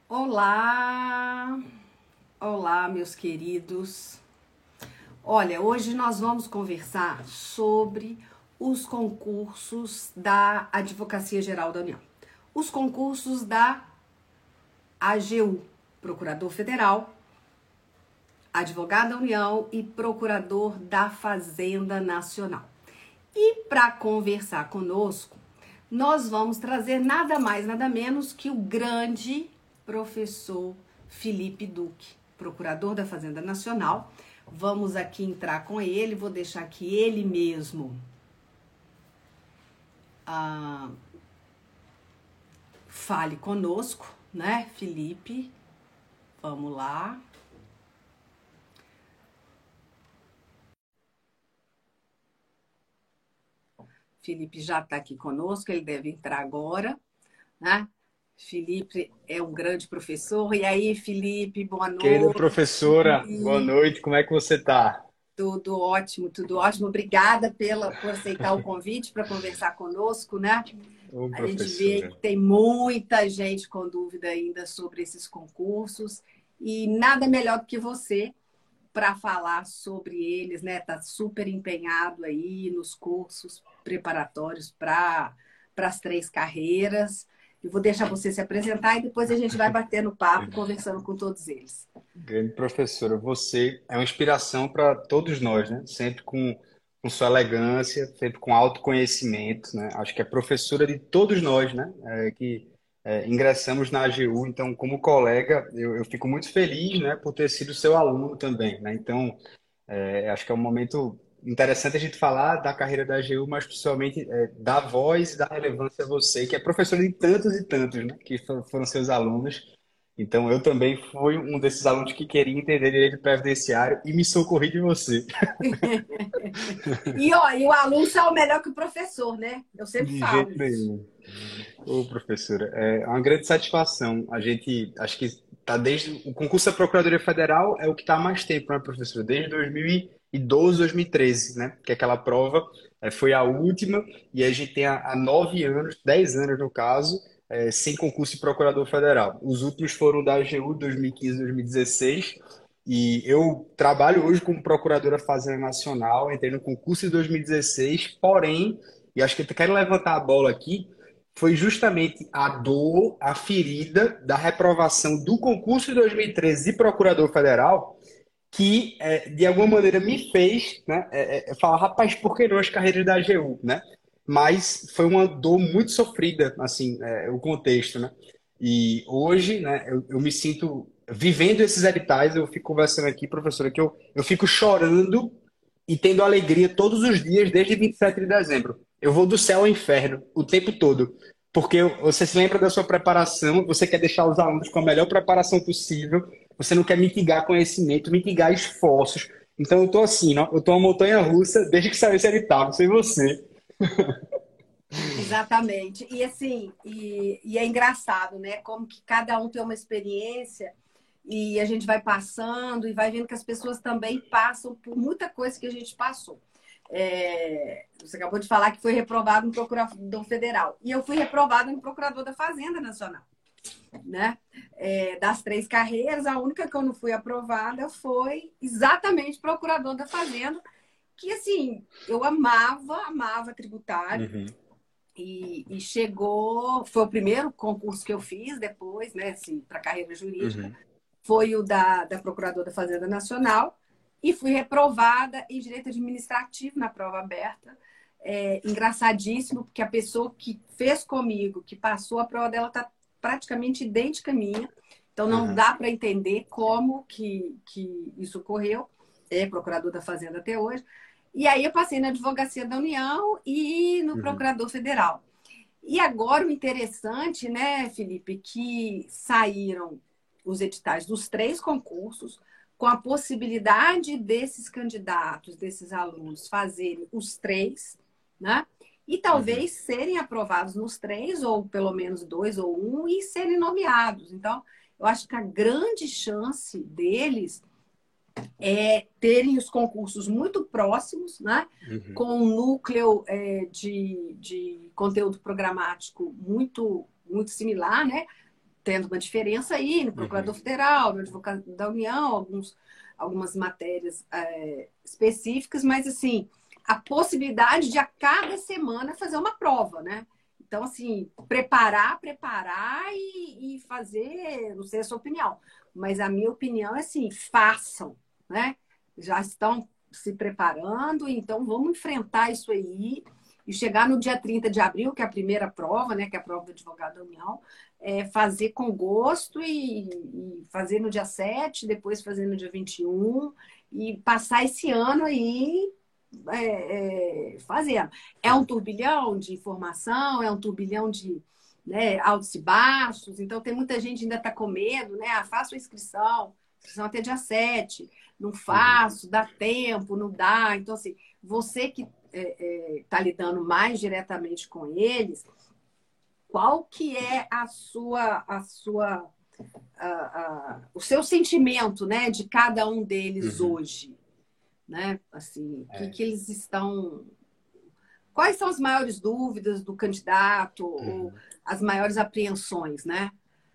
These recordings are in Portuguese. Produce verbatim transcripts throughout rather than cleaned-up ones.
Olá, olá, meus queridos. Olha, hoje nós vamos conversar sobre os concursos da Advocacia Geral da União. Os concursos da A G U, Procurador Federal, Advogado da União e Procurador da Fazenda Nacional. E para conversar conosco, nós vamos trazer nada mais, nada menos que o grande professor Felipe Duque, procurador da Fazenda Nacional. Vamos aqui entrar com ele, vou deixar que ele mesmo ah, fale conosco, né, Felipe? Vamos lá. Felipe já está aqui conosco, ele deve entrar agora, né? Felipe é um grande professor. E aí, Felipe, boa Querida noite. professora, boa noite, como é que você tá? Tudo ótimo, tudo ótimo. Obrigada pela, por aceitar o convite para conversar conosco, né? Ô, A gente vê professora. que tem muita gente com dúvida ainda sobre esses concursos e nada melhor do que você para falar sobre eles, né? Tá super empenhado aí nos cursos preparatórios para para as três carreiras. Eu vou deixar você se apresentar e depois a gente vai batendo papo, conversando com todos eles. Grande professora, você é uma inspiração para todos nós, né? Sempre com, com sua elegância, sempre com autoconhecimento, né? Acho que é professora de todos nós, né? É, que é, ingressamos na A G U, então, como colega, eu, eu fico muito feliz, né, por ter sido seu aluno também, né? Então, É, acho que é um momento interessante a gente falar da carreira da A G U, mas principalmente é, da voz e da relevância a você, que é professor de tantos e tantos, né, que fo- foram seus alunos. Então, eu também fui um desses alunos que queria entender direito previdenciário e me socorri de você. E, ó, e o aluno saiu melhor que o professor, né? Eu sempre De falo jeito isso. nenhum. Ô, professora, é uma grande satisfação. A gente, acho que tá desde o concurso da Procuradoria Federal é o que está há mais tempo, né, professora? Desde dois mil e doze, dois mil e treze, né? Que aquela prova é, foi a última e a gente tem há há nove anos, dez anos no caso, é, sem concurso de Procurador Federal. Os últimos foram da A G U dois mil e quinze, dois mil e dezesseis. E eu trabalho hoje como procuradora Fazenda Nacional, entrei no concurso de dois mil e dezesseis, porém, e acho que eu quero levantar a bola aqui, foi justamente a dor, a ferida da reprovação do concurso de dois mil e treze de Procurador Federal que, é, de alguma maneira, me fez, né, é, é, falar, rapaz, por que não as carreiras da A G U, né? Mas foi uma dor muito sofrida, assim, é, o contexto, né? E hoje, né, eu, eu me sinto vivendo esses editais, eu fico conversando aqui, professora, que eu, eu fico chorando e tendo alegria todos os dias, desde vinte e sete de dezembro. Eu vou do céu ao inferno o tempo todo. Porque você se lembra da sua preparação, você quer deixar os alunos com a melhor preparação possível, você não quer mitigar conhecimento, mitigar esforços. Então eu tô assim, ó, eu tô uma montanha russa desde que saiu esse edital, não sei você. Exatamente. E assim, e, e é engraçado, né? Como que cada um tem uma experiência e a gente vai passando e vai vendo que as pessoas também passam por muita coisa que a gente passou. É, você acabou de falar que foi reprovado no procurador federal. E eu fui reprovada no procurador da Fazenda Nacional, né? É, das três carreiras, a única que eu não fui aprovada foi exatamente procurador da Fazenda, que assim, eu amava, amava tributário. Uhum, E, e chegou, foi o primeiro concurso que eu fiz depois, né, assim, para carreira jurídica, uhum, foi o da, da Procuradora da Fazenda Nacional, e fui reprovada em Direito Administrativo na prova aberta. É, engraçadíssimo, porque a pessoa que fez comigo, que passou a prova dela, está praticamente idêntica à minha, então não uhum, dá para entender como que, que isso ocorreu. É procurador da Fazenda até hoje. E aí eu passei na Advocacia da União e no uhum, Procurador Federal. E agora o interessante, né, Felipe, que saíram os editais dos três concursos, com a possibilidade desses candidatos, desses alunos, fazerem os três, né? E uhum, talvez serem aprovados nos três, ou pelo menos dois ou um, e serem nomeados. Então, eu acho que a grande chance deles é, terem os concursos muito próximos, né? uhum. Com um núcleo é, de, de conteúdo programático muito, muito similar, né? tendo uma diferença aí no Procurador Uhum. Federal, no Advogado da União, alguns, algumas matérias é, específicas, mas assim, a possibilidade de a cada semana fazer uma prova, né? Então, assim, preparar, preparar e, e fazer, não sei a sua opinião, mas a minha opinião é assim, façam, né? Já estão se preparando, então vamos enfrentar isso aí e chegar no dia trinta de abril, que é a primeira prova, né? Que é a prova do advogado da União, é, fazer com gosto e, e fazer no dia sete, depois fazer no dia vinte e um e passar esse ano aí é, é, fazendo. É um turbilhão de informação, é um turbilhão de né, altos e baixos, então tem muita gente que ainda está com medo, né? Ah, faço a inscrição, inscrição até dia sete, não Uhum. faço, dá tempo, não dá. Então, assim, você que está é, é, tá lidando mais diretamente com eles, qual que é a sua, a sua, a, a, o seu sentimento, né, de cada um deles Uhum. hoje, né? Assim, o que É. que eles estão quais são as maiores dúvidas do candidato ou Uhum. as maiores apreensões, né?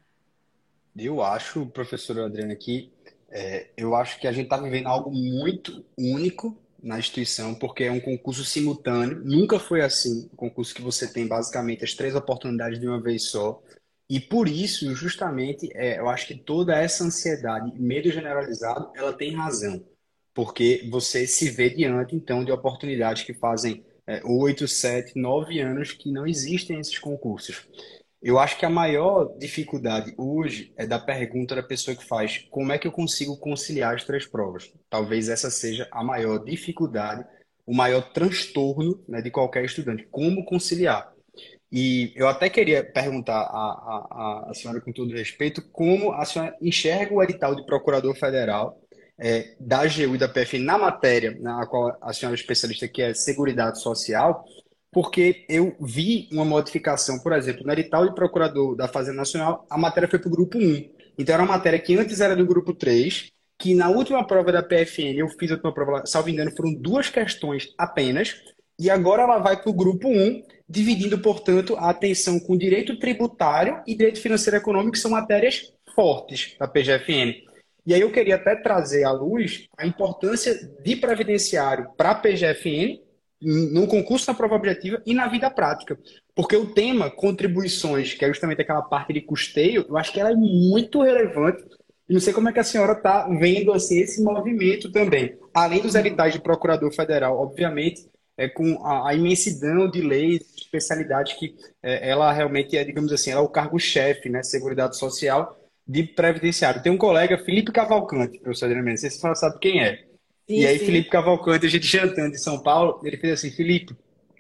Eu acho, professora Adriana, que é, eu acho que a gente está vivendo algo muito único na instituição, porque é um concurso simultâneo, nunca foi assim, um concurso que você tem basicamente as três oportunidades de uma vez só. E por isso, justamente, é, eu acho que toda essa ansiedade, medo generalizado, ela tem razão, porque você se vê diante, então, de oportunidades que fazem é, oito, sete, nove anos que não existem esses concursos. Eu acho que a maior dificuldade hoje é da pergunta da pessoa que faz: como é que eu consigo conciliar as três provas? Talvez essa seja a maior dificuldade, o maior transtorno, né, de qualquer estudante. Como conciliar? E eu até queria perguntar à, à, à senhora, com todo respeito, como a senhora enxerga o edital de procurador federal é, da A G U e da P F na matéria na qual a senhora é especialista, que é Seguridade Social, porque eu vi uma modificação, por exemplo, no edital de procurador da Fazenda Nacional, a matéria foi para o grupo um. Então era uma matéria que antes era do grupo três, que na última prova da P F N, eu fiz a última prova, salvo engano, foram duas questões apenas, e agora ela vai para o grupo um, dividindo, portanto, a atenção com direito tributário e direito financeiro e econômico, que são matérias fortes da P G F N. E aí eu queria até trazer à luz a importância de previdenciário para a P G F N, no concurso na prova objetiva e na vida prática. Porque o tema contribuições, que é justamente aquela parte de custeio, eu acho que ela é muito relevante. E não sei como é que a senhora está vendo assim, esse movimento também. Além dos Uhum. editais de procurador federal, obviamente, é com a, a imensidão de leis, especialidades que é, ela realmente é, digamos assim, ela é o cargo-chefe, né, Seguridade Social de Previdenciário. Tem um colega, Felipe Cavalcante, professor Adriano Mendes, não sei se você sabe quem é. E Sim, aí, sim. Felipe Cavalcante, a gente jantando em São Paulo, ele fez assim: Felipe,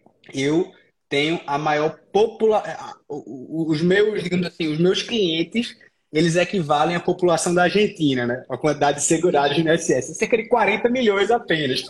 eu tenho a maior população. Os meus, digamos assim, os meus clientes, eles equivalem à população da Argentina, né? A quantidade de segurados no I N S S. Cerca de quarenta milhões apenas.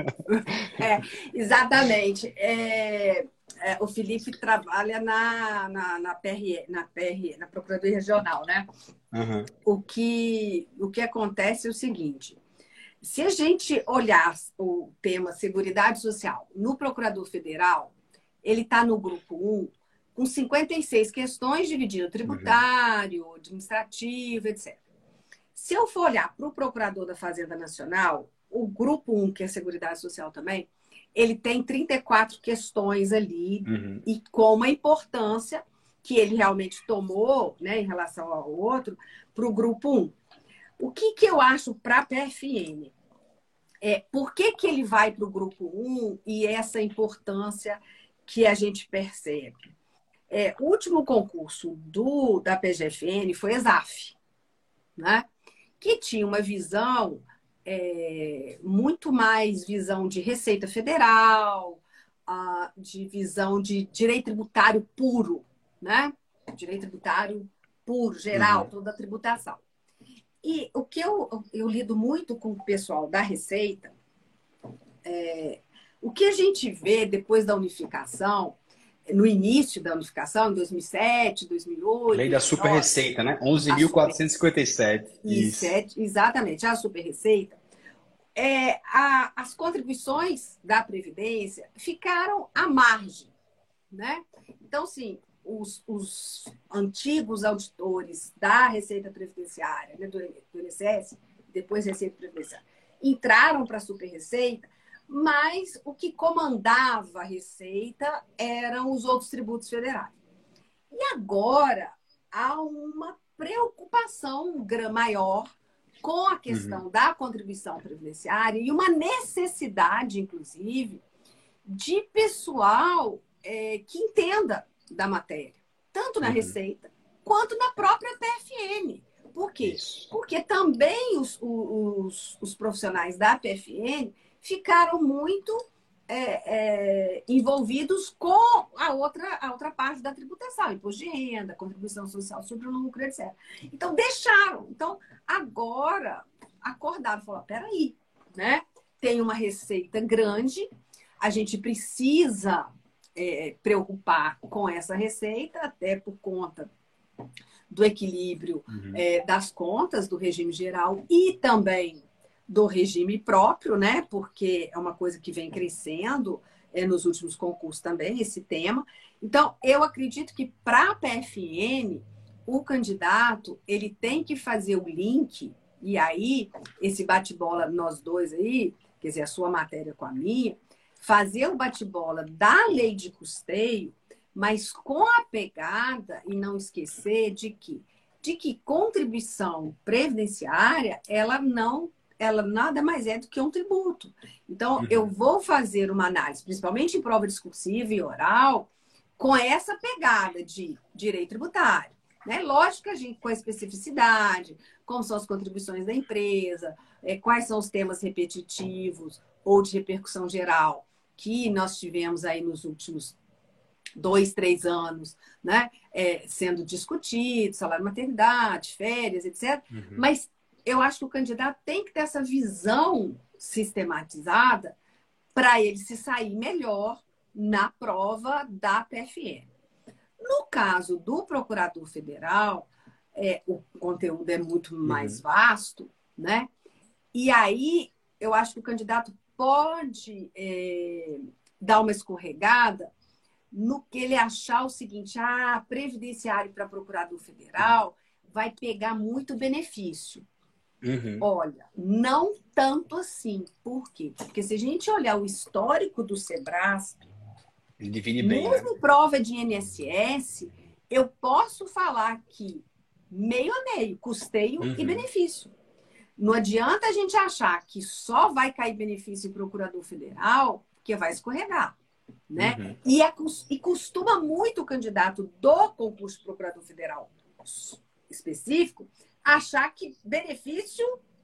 É, exatamente. É, é, o Felipe trabalha na, na, na P R, na P R, na Procuradoria Regional, né? Uhum, O que, o que acontece é o seguinte: se a gente olhar o tema Seguridade Social no Procurador Federal, ele está no grupo um com cinquenta e seis questões, dividindo uhum, tributário, administrativo, etcétera. Se eu for olhar para o Procurador da Fazenda Nacional, o grupo um, que é Seguridade Social também, ele tem trinta e quatro questões ali uhum, e com uma importância que ele realmente tomou, né, em relação ao outro, para o grupo um. O que, que eu acho para a P F N? É, por que, que ele vai para o grupo um e essa importância que a gente percebe? É, o último concurso do, da P G F N foi ESAF, né? Que tinha uma visão é, muito mais visão de Receita Federal, ah, de visão de direito tributário puro, né? Direito tributário puro, geral, uhum. toda a tributação. E o que eu, eu lido muito com o pessoal da Receita, o que a gente vê depois da unificação, no início da unificação, em dois mil e sete, dois mil e oito, Lei da Super dois mil e nove, Receita, né? onze a mil super, quatrocentos e e cinquenta e sete. isso, Isso. é, exatamente, a super receita, é, a, as contribuições da Previdência ficaram à margem, né? Então, sim, os, os antigos auditores da Receita Previdenciária, né, do, do I N S S, depois Receita Previdenciária, entraram para a Super Receita, mas o que comandava a Receita eram os outros tributos federais. E agora há uma preocupação maior com a questão uhum. da contribuição previdenciária e uma necessidade, inclusive, de pessoal é, que entenda da matéria, tanto na uhum. Receita quanto na própria P F N. Por quê? Isso. Porque também os, os, os profissionais da P F N ficaram muito é, é, envolvidos com a outra, a outra parte da tributação, imposto de renda, contribuição social sobre o lucro, etcétera. Então, deixaram. Então, agora, acordaram, falaram, peraí, né? Tem uma receita grande, a gente precisa é, preocupar com essa receita, até por conta do equilíbrio uhum. é, das contas do regime geral e também do regime próprio, né? Porque é uma coisa que vem crescendo é, nos últimos concursos também, esse tema. Então, eu acredito que para a P F N, o candidato ele tem que fazer o link, e aí, esse bate-bola, nós dois aí, quer dizer, a sua matéria com a minha, fazer o bate-bola da lei de custeio, mas com a pegada, e não esquecer de que, de que contribuição previdenciária, ela não, ela nada mais é do que um tributo. Então, uhum. eu vou fazer uma análise, principalmente em prova discursiva e oral, com essa pegada de direito tributário. Né? Lógico que a gente, com a especificidade, como são as contribuições da empresa, é, quais são os temas repetitivos ou de repercussão geral que nós tivemos aí nos últimos dois, três anos, né? É, sendo discutido, salário maternidade, férias, etcétera. Uhum. Mas eu acho que o candidato tem que ter essa visão sistematizada para ele se sair melhor na prova da P F N. No caso do procurador federal, é, o conteúdo é muito mais uhum. vasto, né? E aí eu acho que o candidato pode é, dar uma escorregada no que ele achar o seguinte, ah, previdenciário para procurador federal vai pegar muito benefício. Uhum. Olha, não tanto assim. Por quê? Porque se a gente olhar o histórico do Sebrasp, ele divide bem, mesmo né? prova de I N S S, eu posso falar que meio a meio, custeio uhum. e benefício. Não adianta a gente achar que só vai cair benefício em procurador federal, porque vai escorregar. Né? Uhum. E, é, e costuma muito o candidato do concurso procurador federal específico achar que benefício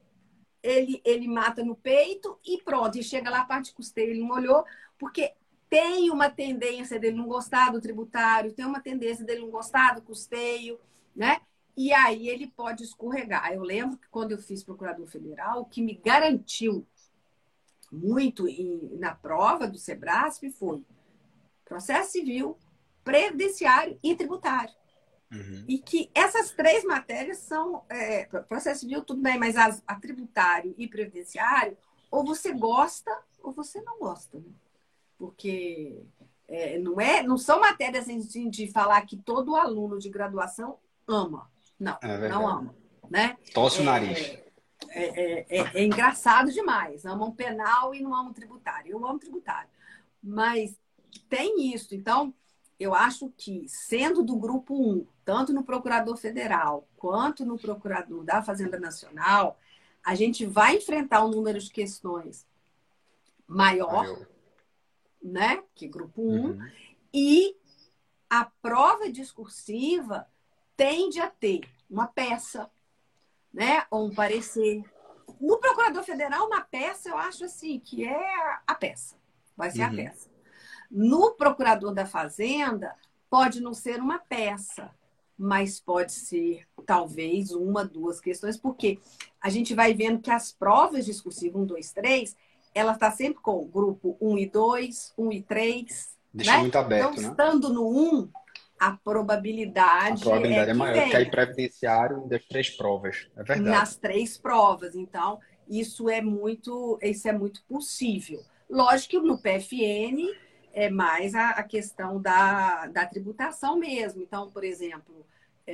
ele, ele mata no peito e pronto, e chega lá a parte de custeio, ele não olhou, porque tem uma tendência dele não gostar do tributário, tem uma tendência dele não gostar do custeio, né? E aí ele pode escorregar. Eu lembro que quando eu fiz procurador federal, o que me garantiu muito em, na prova do Sebrasp foi processo civil, previdenciário e tributário. Uhum. E que essas três matérias são... É, processo civil, tudo bem, mas as, a tributário e previdenciário, ou você gosta ou você não gosta. Né? Porque é, não, é, não são matérias assim, de falar que todo aluno de graduação ama. Não, é não ama. Né? Tosse o é, nariz. É, é, é, é engraçado demais. Amam penal e não amam tributário. Eu amo tributário. Mas tem isso. Então, eu acho que, sendo do grupo um, tanto no Procurador Federal quanto no Procurador da Fazenda Nacional, a gente vai enfrentar um número de questões maior, maior. Né? Que grupo um, uhum. E a prova discursiva tende a ter uma peça, né? Ou um parecer. No Procurador Federal, uma peça, eu acho assim, que é a peça. Vai ser uhum. a peça. No Procurador da Fazenda, pode não ser uma peça, mas pode ser, talvez, uma, duas questões, porque a gente vai vendo que as provas discursivas um, dois, três, ela está sempre com o grupo um e dois, um e três. Deixa né? muito aberto, então, né? Estando no um, a probabilidade, a probabilidade é, é, maior venha. de cair previdenciário das três provas. É verdade. Nas três provas. Então, isso é muito, isso é muito possível. Lógico que no P F N é mais a, a questão da, da tributação mesmo. Então, por exemplo,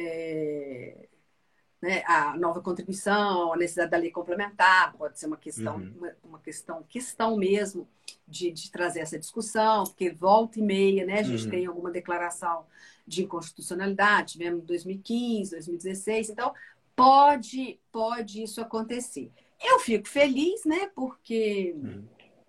é, né, a nova contribuição, a necessidade da lei complementar, pode ser uma questão, Uhum. uma, uma questão, questão mesmo de, de trazer essa discussão, porque volta e meia, né, a gente Uhum. tem alguma declaração de inconstitucionalidade, tivemos em dois mil e quinze, dois mil e dezesseis, então pode, pode isso acontecer. Eu fico feliz, né, porque Uhum.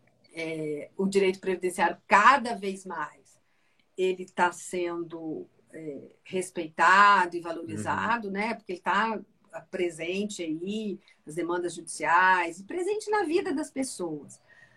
é, o direito previdenciário cada vez mais ele está sendo é, respeitado e Uhum. valorizado, né? Porque ele está presente aí nas demandas judiciais e presente na vida das pessoas,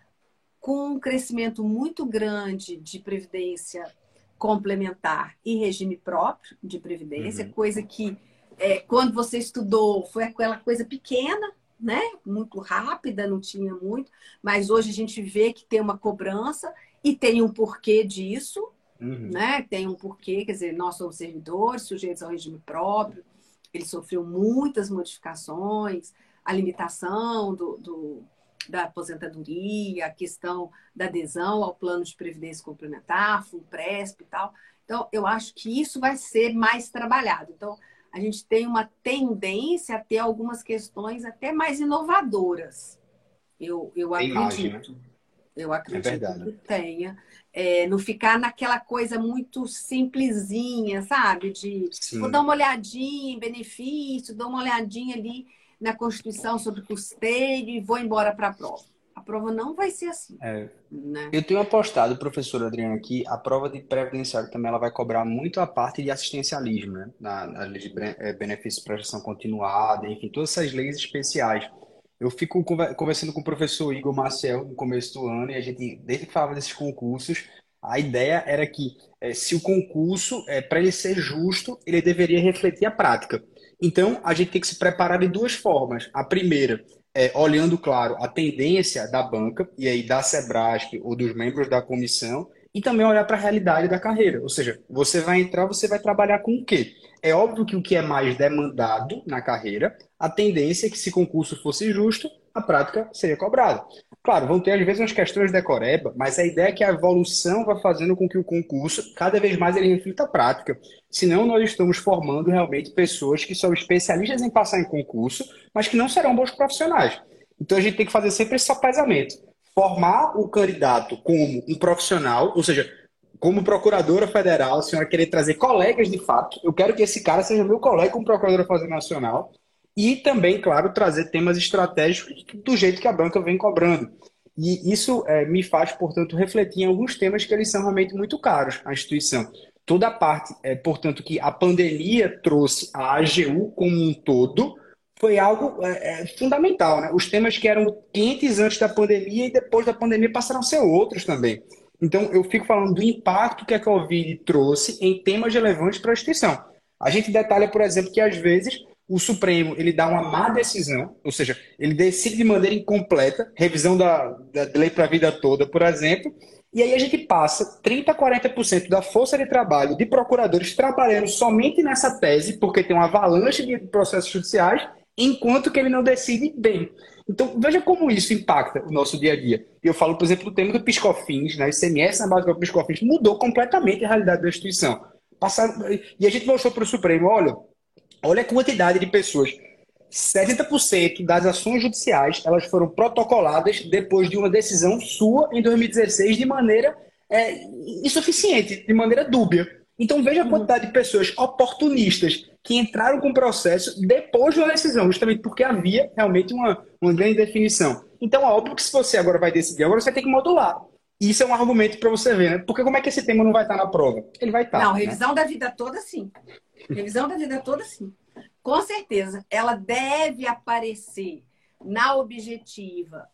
com um crescimento muito grande de previdência complementar e regime próprio de previdência, Uhum. coisa que é, quando você estudou foi aquela coisa pequena, né? Muito rápida, não tinha muito, mas hoje a gente vê que tem uma cobrança e tem um porquê disso, Uhum. né? Tem um porquê, quer dizer, nós somos servidores, sujeitos ao regime próprio, ele sofreu muitas modificações, a limitação do, do, da aposentadoria, a questão da adesão ao plano de previdência complementar, FUNPRESP e tal. Então, eu acho que isso vai ser mais trabalhado. Então, a gente tem uma tendência a ter algumas questões até mais inovadoras. Eu, eu Tem margem, né? acredito. Eu É acredito verdade. que tenha. É, não ficar naquela coisa muito simplesinha, sabe? De vou dar Sim. uma olhadinha em benefício, dou uma olhadinha ali na Constituição sobre custeio e vou embora para a prova. A prova não vai ser assim, É, né? eu tenho apostado, professor Adriano, que a prova de previdenciário também ela vai cobrar muito a parte de assistencialismo, né? Na, na lei de bre- eh, benefício de prestação continuada, enfim, todas essas leis especiais. Eu fico conver- conversando com o professor Igor Maciel no começo do ano e a gente, desde que falava desses concursos, a ideia era que eh, se o concurso, para ele ser justo, ele deveria refletir a prática. Então, a gente tem que se preparar de duas formas. A primeira é, olhando, claro, a tendência da banca, e aí da Sebrasp ou dos membros da comissão, e também olhar para a realidade da carreira. Ou seja, você vai entrar, você vai trabalhar com o quê? É óbvio que o que é mais demandado na carreira, a tendência é que se concurso fosse justo, a prática seria cobrada. Claro, vão ter às vezes umas questões decoreba, mas a ideia é que a evolução vai fazendo com que o concurso, cada vez mais ele reflita a prática. Senão nós estamos formando realmente pessoas que são especialistas em passar em concurso, mas que não serão bons profissionais. Então a gente tem que fazer sempre esse sopesamento. Formar o candidato como um profissional, ou seja, como procuradora federal, a senhora querer trazer colegas de fato. Eu quero que esse cara seja meu colega como procuradora federal nacional. E também, claro, trazer temas estratégicos do jeito que a banca vem cobrando. E isso é, me faz, portanto, refletir em alguns temas que eles são realmente muito caros à instituição. Toda a parte, é, portanto, que a pandemia trouxe à A G U como um todo, foi algo é, é, fundamental, né? Os temas que eram quentes antes da pandemia e depois da pandemia passaram a ser outros também. Então, eu fico falando do impacto que a Covid trouxe em temas relevantes para a instituição. A gente detalha, por exemplo, que às vezes o Supremo ele dá uma má decisão, ou seja, ele decide de maneira incompleta, revisão da, da lei para a vida toda, por exemplo, e aí a gente passa trinta, quarenta por cento da força de trabalho de procuradores trabalhando somente nessa tese, porque tem uma avalanche de processos judiciais, enquanto que ele não decide bem. Então, veja como isso impacta o nosso dia a dia. Eu falo, por exemplo, do tema do PiscoFins, né? O I C M S na base do PiscoFins mudou completamente a realidade da instituição. Passaram... E a gente mostrou para o Supremo, olha, olha a quantidade de pessoas. setenta por cento das ações judiciais elas foram protocoladas depois de uma decisão sua em dois mil e dezesseis de maneira é, insuficiente, de maneira dúbia. Então veja a Uhum. quantidade de pessoas oportunistas que entraram com o processo depois de uma decisão, justamente porque havia realmente uma, uma grande definição. Então é óbvio que se você agora vai decidir, agora você tem que modular. E isso é um argumento para você ver, né? Porque como é que esse tema não vai estar na prova? Ele vai Não, estar, né? revisão da vida toda, sim. Revisão da vida toda, sim. Com certeza, ela deve aparecer na objetiva,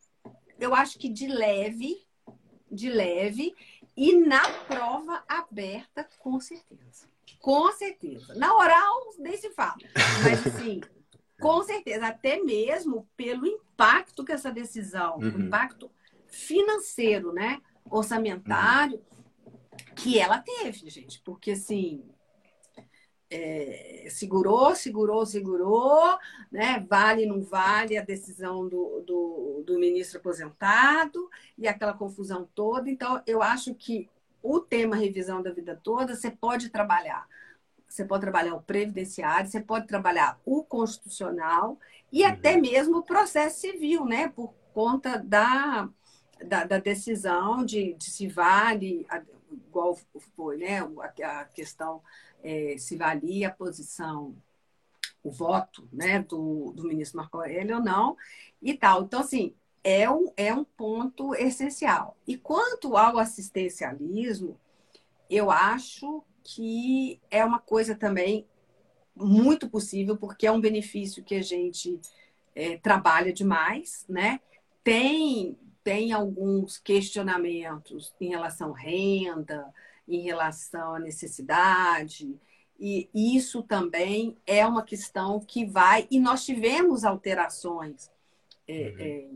eu acho que de leve, de leve, e na prova aberta, com certeza. Com certeza. Na oral, nem se fala. Mas, assim, com certeza, até mesmo pelo impacto que essa decisão, o Uhum, impacto financeiro, né? uhum, Orçamentário, que ela teve, gente. Porque, assim, é, segurou, segurou, segurou, né? Vale, não vale a decisão do, do, do ministro aposentado e aquela confusão toda. Então, eu acho que o tema revisão da vida toda, você pode trabalhar. Você pode trabalhar o previdenciário, você pode trabalhar o constitucional e até Uhum. mesmo o processo civil, né? Por conta da, da, da decisão de, de se vale, igual foi, né? A, a questão é, se valia a posição, o voto, né? Do, do ministro Marco Aurélio ou não e tal. Então, assim, é um, é um ponto essencial. E quanto ao assistencialismo, eu acho que é uma coisa também muito possível, porque é um benefício que a gente é, trabalha demais, né? Tem, tem alguns questionamentos em relação à renda, em relação à necessidade, e isso também é uma questão que vai. E nós tivemos alterações é, Uhum. é,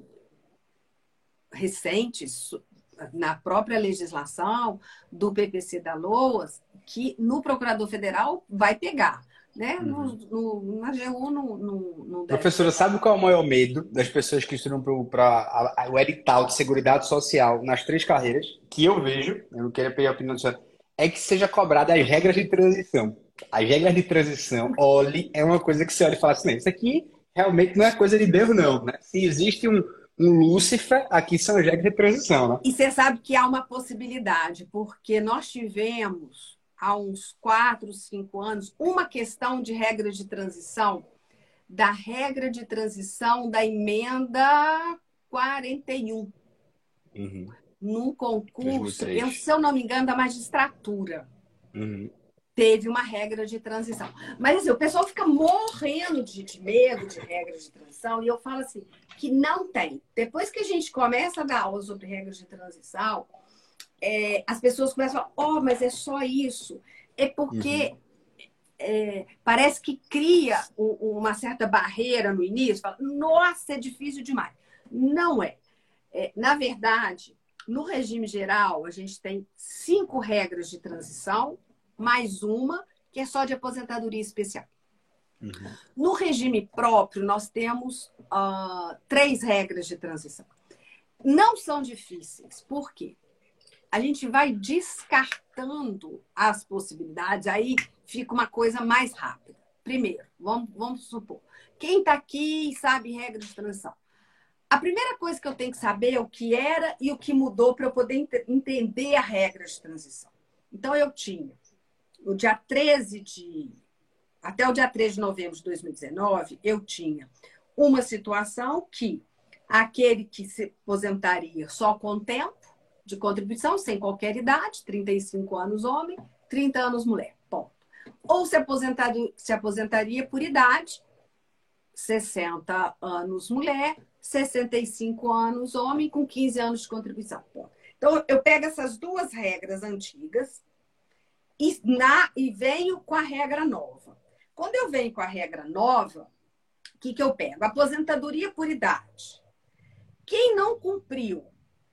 recentes na própria legislação do P P C da LOAS, que no Procurador Federal vai pegar. Né? No, Uhum. no, na G U não, não, não deve Professora, pegar. sabe qual é o maior medo das pessoas que estudam para o edital de Seguridade Social nas três carreiras, que eu vejo, eu não quero pegar a opinião da senhora, é que seja cobrada as regras de transição. As regras de transição, olhe, é uma coisa que você olha e fala assim, "Não, isso aqui realmente não é coisa de Deus, não, né? Se existe um, um Lúcifer, aqui são as regras de transição, né? E você sabe que há uma possibilidade, porque nós tivemos, há uns quatro, cinco anos, uma questão de regra de transição, da regra de transição da emenda quarenta e um, Uhum. num concurso, eu, dois mil e três. se eu não me engano, da magistratura. Uhum. Teve uma regra de transição. Mas assim, o pessoal fica morrendo de, de medo de regra de transição, e eu falo assim, que não tem. Depois que a gente começa a dar aula sobre regras de transição, é, as pessoas começam a falar, oh, mas é só isso. É Uhum. porque é, parece que cria um, uma certa barreira no início, fala, nossa, é difícil demais. Não é. É, na verdade, no regime geral, a gente tem cinco regras de transição, mais uma que é só de aposentadoria especial. Uhum. No regime próprio, nós temos uh, três regras de transição. Não são difíceis, por quê? A gente vai descartando as possibilidades, aí fica uma coisa mais rápida. Primeiro, vamos, vamos supor, quem está aqui e sabe regra de transição? A primeira coisa que eu tenho que saber é o que era e o que mudou para eu poder ent entender a regra de transição. Então, eu tinha, no dia treze de... Até o dia treze de novembro de dois mil e dezenove, eu tinha uma situação que aquele que se aposentaria só com tempo de contribuição, sem qualquer idade, trinta e cinco anos homem, trinta anos mulher, ponto. Ou se aposentaria, se aposentaria por idade, sessenta anos mulher, sessenta e cinco anos homem, com quinze anos de contribuição. Ponto. Então, eu pego essas duas regras antigas e, na, e venho com a regra nova. Quando eu venho com a regra nova, o que, que eu pego? Aposentadoria por idade. Quem não cumpriu,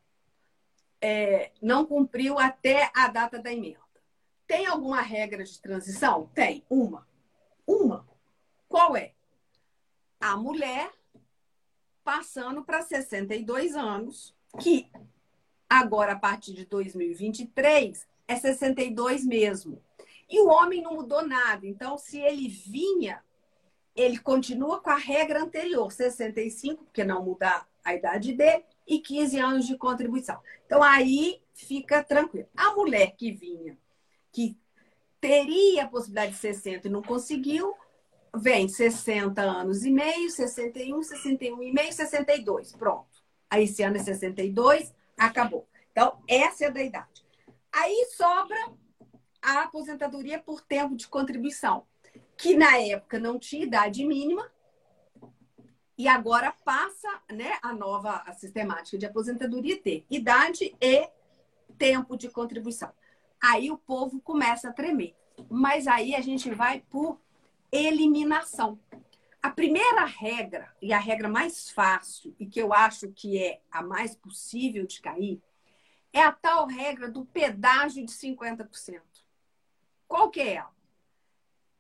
é, não cumpriu até a data da emenda. Tem alguma regra de transição? Tem. Uma. Uma. Qual é? A mulher passando para sessenta e dois anos, que agora, a partir de dois mil e vinte e três, é sessenta e dois mesmo. E o homem não mudou nada. Então, se ele vinha, ele continua com a regra anterior, sessenta e cinco, porque não muda a idade dele, e quinze anos de contribuição. Então, aí fica tranquilo. A mulher que vinha, que teria a possibilidade de sessenta e não conseguiu, vem sessenta anos e meio, sessenta e um, sessenta e um e meio, sessenta e dois. Pronto. Aí esse ano é sessenta e dois, acabou. Então, essa é da idade. Aí sobra a aposentadoria por tempo de contribuição, que na época não tinha idade mínima, e agora passa, né, a nova a sistemática de aposentadoria ter idade e tempo de contribuição. Aí o povo começa a tremer. Mas aí a gente vai por eliminação. A primeira regra, e a regra mais fácil, e que eu acho que é a mais possível de cair, é a tal regra do pedágio de cinquenta por cento. Qual que é ela?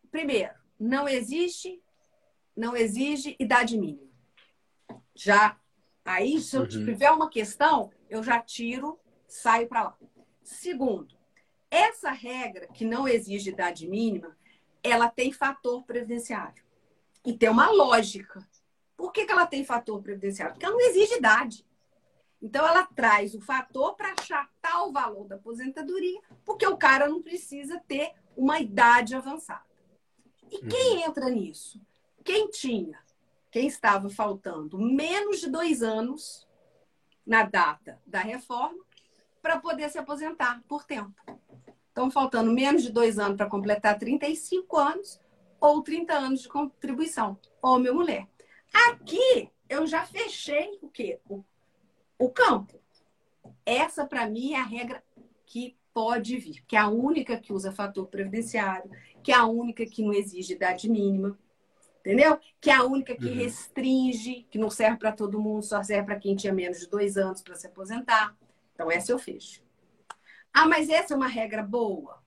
primeiro, não existe, não exige idade mínima. Já, aí, se eu Uhum. tiver uma questão, eu já tiro, saio para lá. Segundo, essa regra que não exige idade mínima, ela tem fator previdenciário. E tem uma lógica. Por que que ela tem fator previdenciário? Porque ela não exige idade. Então, ela traz o fator para achatar o valor da aposentadoria, porque o cara não precisa ter uma idade avançada. E quem Uhum. entra nisso? Quem tinha, quem estava faltando menos de dois anos na data da reforma para poder se aposentar por tempo. Estão faltando menos de dois anos para completar trinta e cinco anos ou trinta anos de contribuição. Homem ou mulher. Aqui, eu já fechei o quê? O, o campo. Essa, para mim, é a regra que pode vir, que é a única que usa fator previdenciário, que é a única que não exige idade mínima, entendeu? Que é a única que Uhum. restringe, que não serve para todo mundo, só serve para quem tinha menos de dois anos para se aposentar. Então, essa eu fecho. Ah, mas essa é uma regra boa?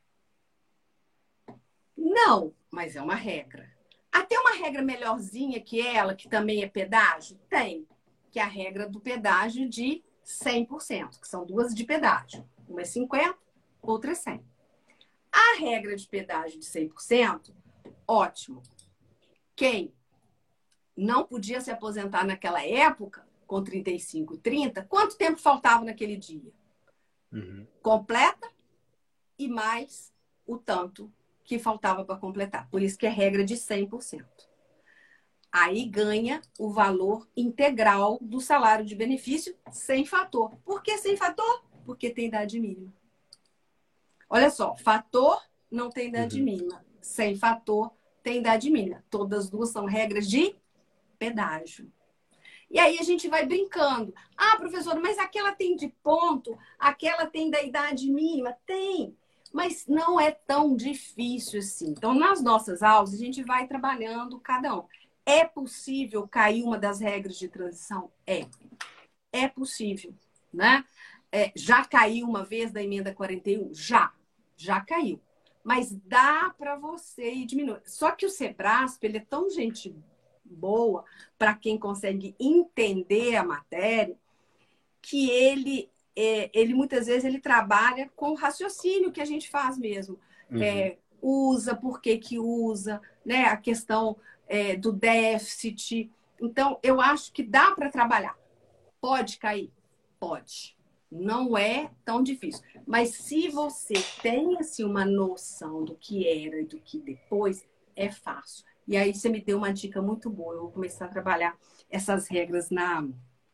Não, mas é uma regra. Até uma regra melhorzinha que ela, que também é pedágio? Tem, que é a regra do pedágio de cem por cento, que são duas de pedágio. Uma é cinquenta, outra é cem. A regra de pedágio de cem por cento, ótimo. Quem não podia se aposentar naquela época, com trinta e cinco, trinta, quanto tempo faltava naquele dia? Uhum. Completa e mais o tanto que faltava para completar. Por isso que é regra de cem por cento. Aí ganha o valor integral do salário de benefício sem fator. Por que sem fator? Porque tem idade mínima. Olha só, fator não tem idade Uhum. mínima. Sem fator tem idade mínima. Todas as duas são regras de pedágio. E aí a gente vai brincando. Ah, professora, mas aquela tem de ponto, aquela tem da idade mínima? Tem, mas não é tão difícil assim. Então, nas nossas aulas, a gente vai trabalhando cada um. É possível cair uma das regras de transição? É. É possível, né? É, já caiu uma vez da emenda quarenta e um? Já. Já caiu. Mas dá para você ir diminuindo. Só que o Sebrasp, ele é tão gente boa para quem consegue entender a matéria, que ele, é, ele muitas vezes ele trabalha com o raciocínio que a gente faz mesmo. Uhum. É, usa, por que que usa, né? A questão é, do déficit. Então, eu acho que dá para trabalhar. Pode cair? Pode. Não é tão difícil. Mas se você tem assim, uma noção do que era e do que depois, é fácil. E aí você me deu uma dica muito boa. Eu vou começar a trabalhar essas regras na,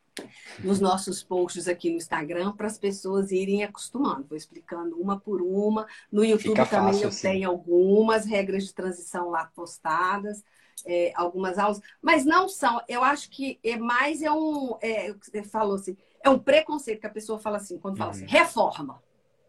nos nossos posts aqui no Instagram para as pessoas irem acostumando. Vou explicando uma por uma. No YouTube Fica também fácil eu assim. tenho algumas regras de transição lá postadas, é, algumas aulas, mas não são. Eu acho que é mais é um. É, você falou assim, é um preconceito que a pessoa fala assim, quando fala assim, Uhum. reforma.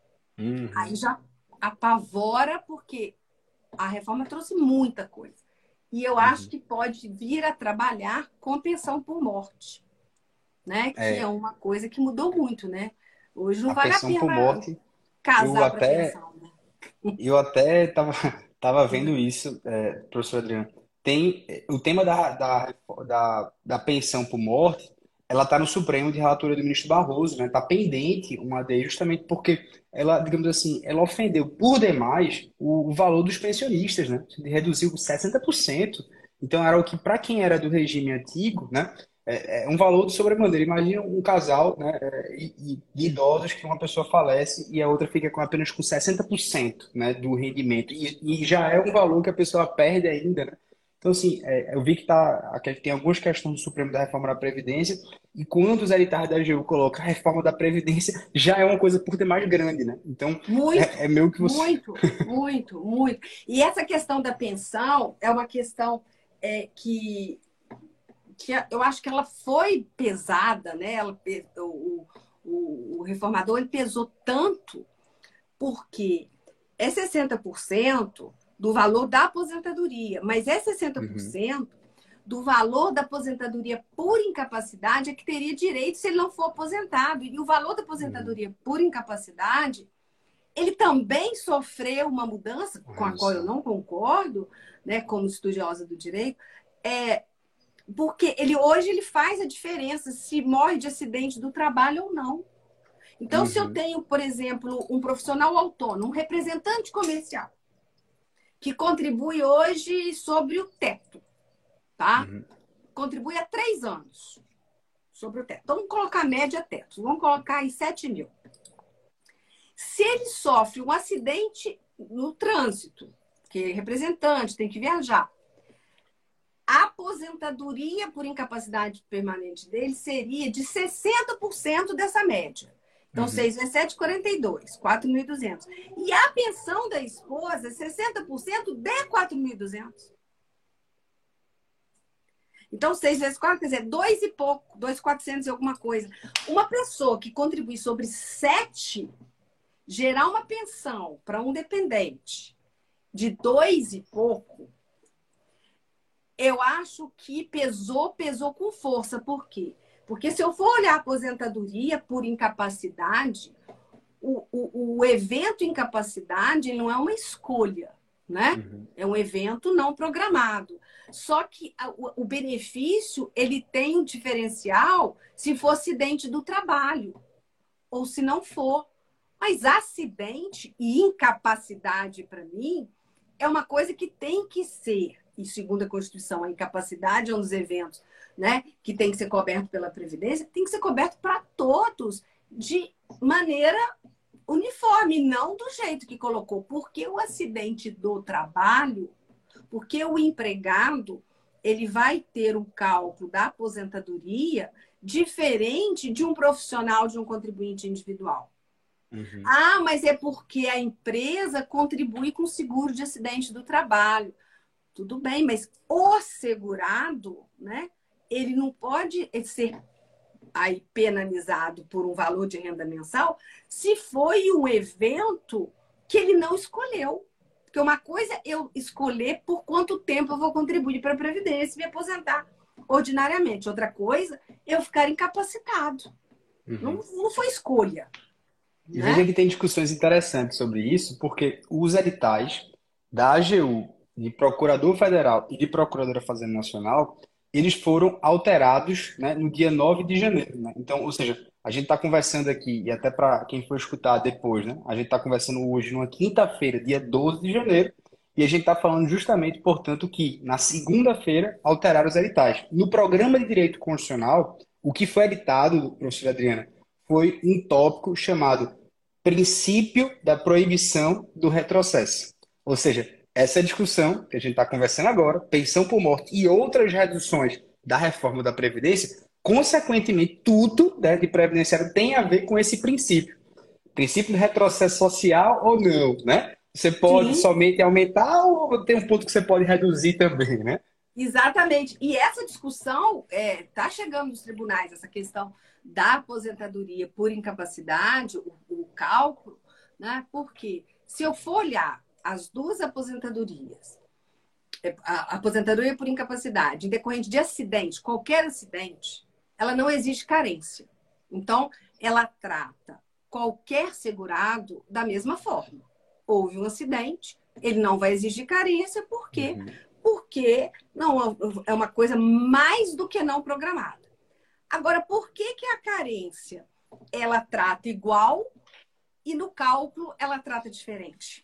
Aí Uhum. já apavora, porque a reforma trouxe muita coisa. E eu acho Uhum. que pode vir a trabalhar com pensão por morte, né? Que é É, uma coisa que mudou muito, né? Hoje não a vale a pensão por pena morte, eu casar para até pensão, né? Eu até estava tava vendo isso, é, professor Adriano. Tem é, o tema da, da, da, da pensão por morte, ela está no Supremo de relatoria do ministro Barroso, né? Está pendente uma A D justamente porque ela, digamos assim, ela ofendeu por demais o, o valor dos pensionistas, né? Reduziu sessenta por cento. Então era o que, para quem era do regime antigo, né? É, é um valor de sobremaneira. Imagina um casal, né, é, e- e de idosos que uma pessoa falece e a outra fica com apenas com sessenta por cento, né, do rendimento. E, e já é um valor que a pessoa perde ainda, né? Então, assim, é, eu vi que, tá, que tem algumas questões do Supremo da reforma da Previdência, e quando os editais da A G U colocam a reforma da Previdência, já é uma coisa por demais grande, né? Então, Muito, é, é meio que você. muito, muito, muito. E essa questão da pensão é uma questão é, que, que eu acho que ela foi pesada, né? Ela, o, o, o reformador ele pesou tanto porque é sessenta por cento do valor da aposentadoria, mas é sessenta por Uhum, cento do valor da aposentadoria por incapacidade é que teria direito se ele não for aposentado. E o valor da uhum, aposentadoria por incapacidade ele também sofreu uma mudança, Uma com a qual eu redução. não concordo, né, como estudiosa do direito, é, porque ele hoje ele faz a diferença se morre de acidente do trabalho ou não. Então, se eu Uhum, tenho, por exemplo, um profissional autônomo, um representante comercial, que contribui hoje sobre o teto, tá? uhum, Contribui há três anos sobre o teto. Então, vamos colocar a média teto. Vamos colocar aí sete mil. Se ele sofre um acidente no trânsito, que é representante, tem que viajar, a aposentadoria por incapacidade permanente dele seria de sessenta por cento dessa média. Então, uhum. seis vezes sete, quarenta e dois, quatro mil e duzentos. E a pensão da esposa, sessenta por cento de quatro mil e duzentos. Então, seis vezes quatro, quer dizer, dois e pouco, dois mil e quatrocentos e alguma coisa. Uma pessoa que contribui sobre sete, gerar uma pensão para um dependente de dois e pouco, eu acho que pesou, pesou com força. Por quê? Porque se eu for olhar a aposentadoria por incapacidade, o, o, o evento incapacidade não é uma escolha, né? Uhum. É um evento não programado. Só que o, o benefício, ele tem um diferencial se for acidente do trabalho ou se não for. Mas acidente e incapacidade, para mim, é uma coisa que tem que ser, e segundo a Constituição, a incapacidade é um dos eventos, né, que tem que ser coberto pela Previdência, tem que ser coberto para todos de maneira uniforme, não do jeito que colocou. Porque o acidente do trabalho, porque o empregado, ele vai ter um cálculo da aposentadoria diferente de um profissional, de um contribuinte individual. Uhum. Ah, mas é porque a empresa contribui com o seguro de acidente do trabalho. Tudo bem, mas o segurado, né? Ele não pode ser aí penalizado por um valor de renda mensal se foi um evento que ele não escolheu. Porque uma coisa é eu escolher por quanto tempo eu vou contribuir para a Previdência e me aposentar ordinariamente. Outra coisa é eu ficar incapacitado. Não, Uhum. não foi escolha, E veja né? que tem discussões interessantes sobre isso, porque os editais da A G U, de Procurador Federal e de Procuradora Fazenda Nacional, eles foram alterados, né, no dia nove de janeiro, né? Então, ou seja, a gente está conversando aqui, e até para quem for escutar depois, né? A gente está conversando hoje numa quinta-feira, dia doze de janeiro, e a gente está falando justamente, portanto, que na segunda-feira alteraram os editais. No programa de direito constitucional, o que foi editado, professora Adriana, foi um tópico chamado princípio da proibição do retrocesso. Ou seja, essa discussão que a gente está conversando agora, pensão por morte e outras reduções da reforma da Previdência, consequentemente, tudo, né, de previdenciário tem a ver com esse princípio. Princípio do retrocesso social ou não, né? Você pode Sim, somente aumentar ou tem um ponto que você pode reduzir também, né? exatamente. E essa discussão está é, chegando nos tribunais, essa questão da aposentadoria por incapacidade, o, o cálculo, né? Porque se eu for olhar as duas aposentadorias, é, a aposentadoria por incapacidade, em decorrente de acidente, qualquer acidente, ela não exige carência. Então, ela trata qualquer segurado da mesma forma. Houve um acidente, ele não vai exigir carência, por quê? Uhum, Porque não é uma coisa mais do que não programada. Agora, por que, que a carência ela trata igual e no cálculo ela trata diferente?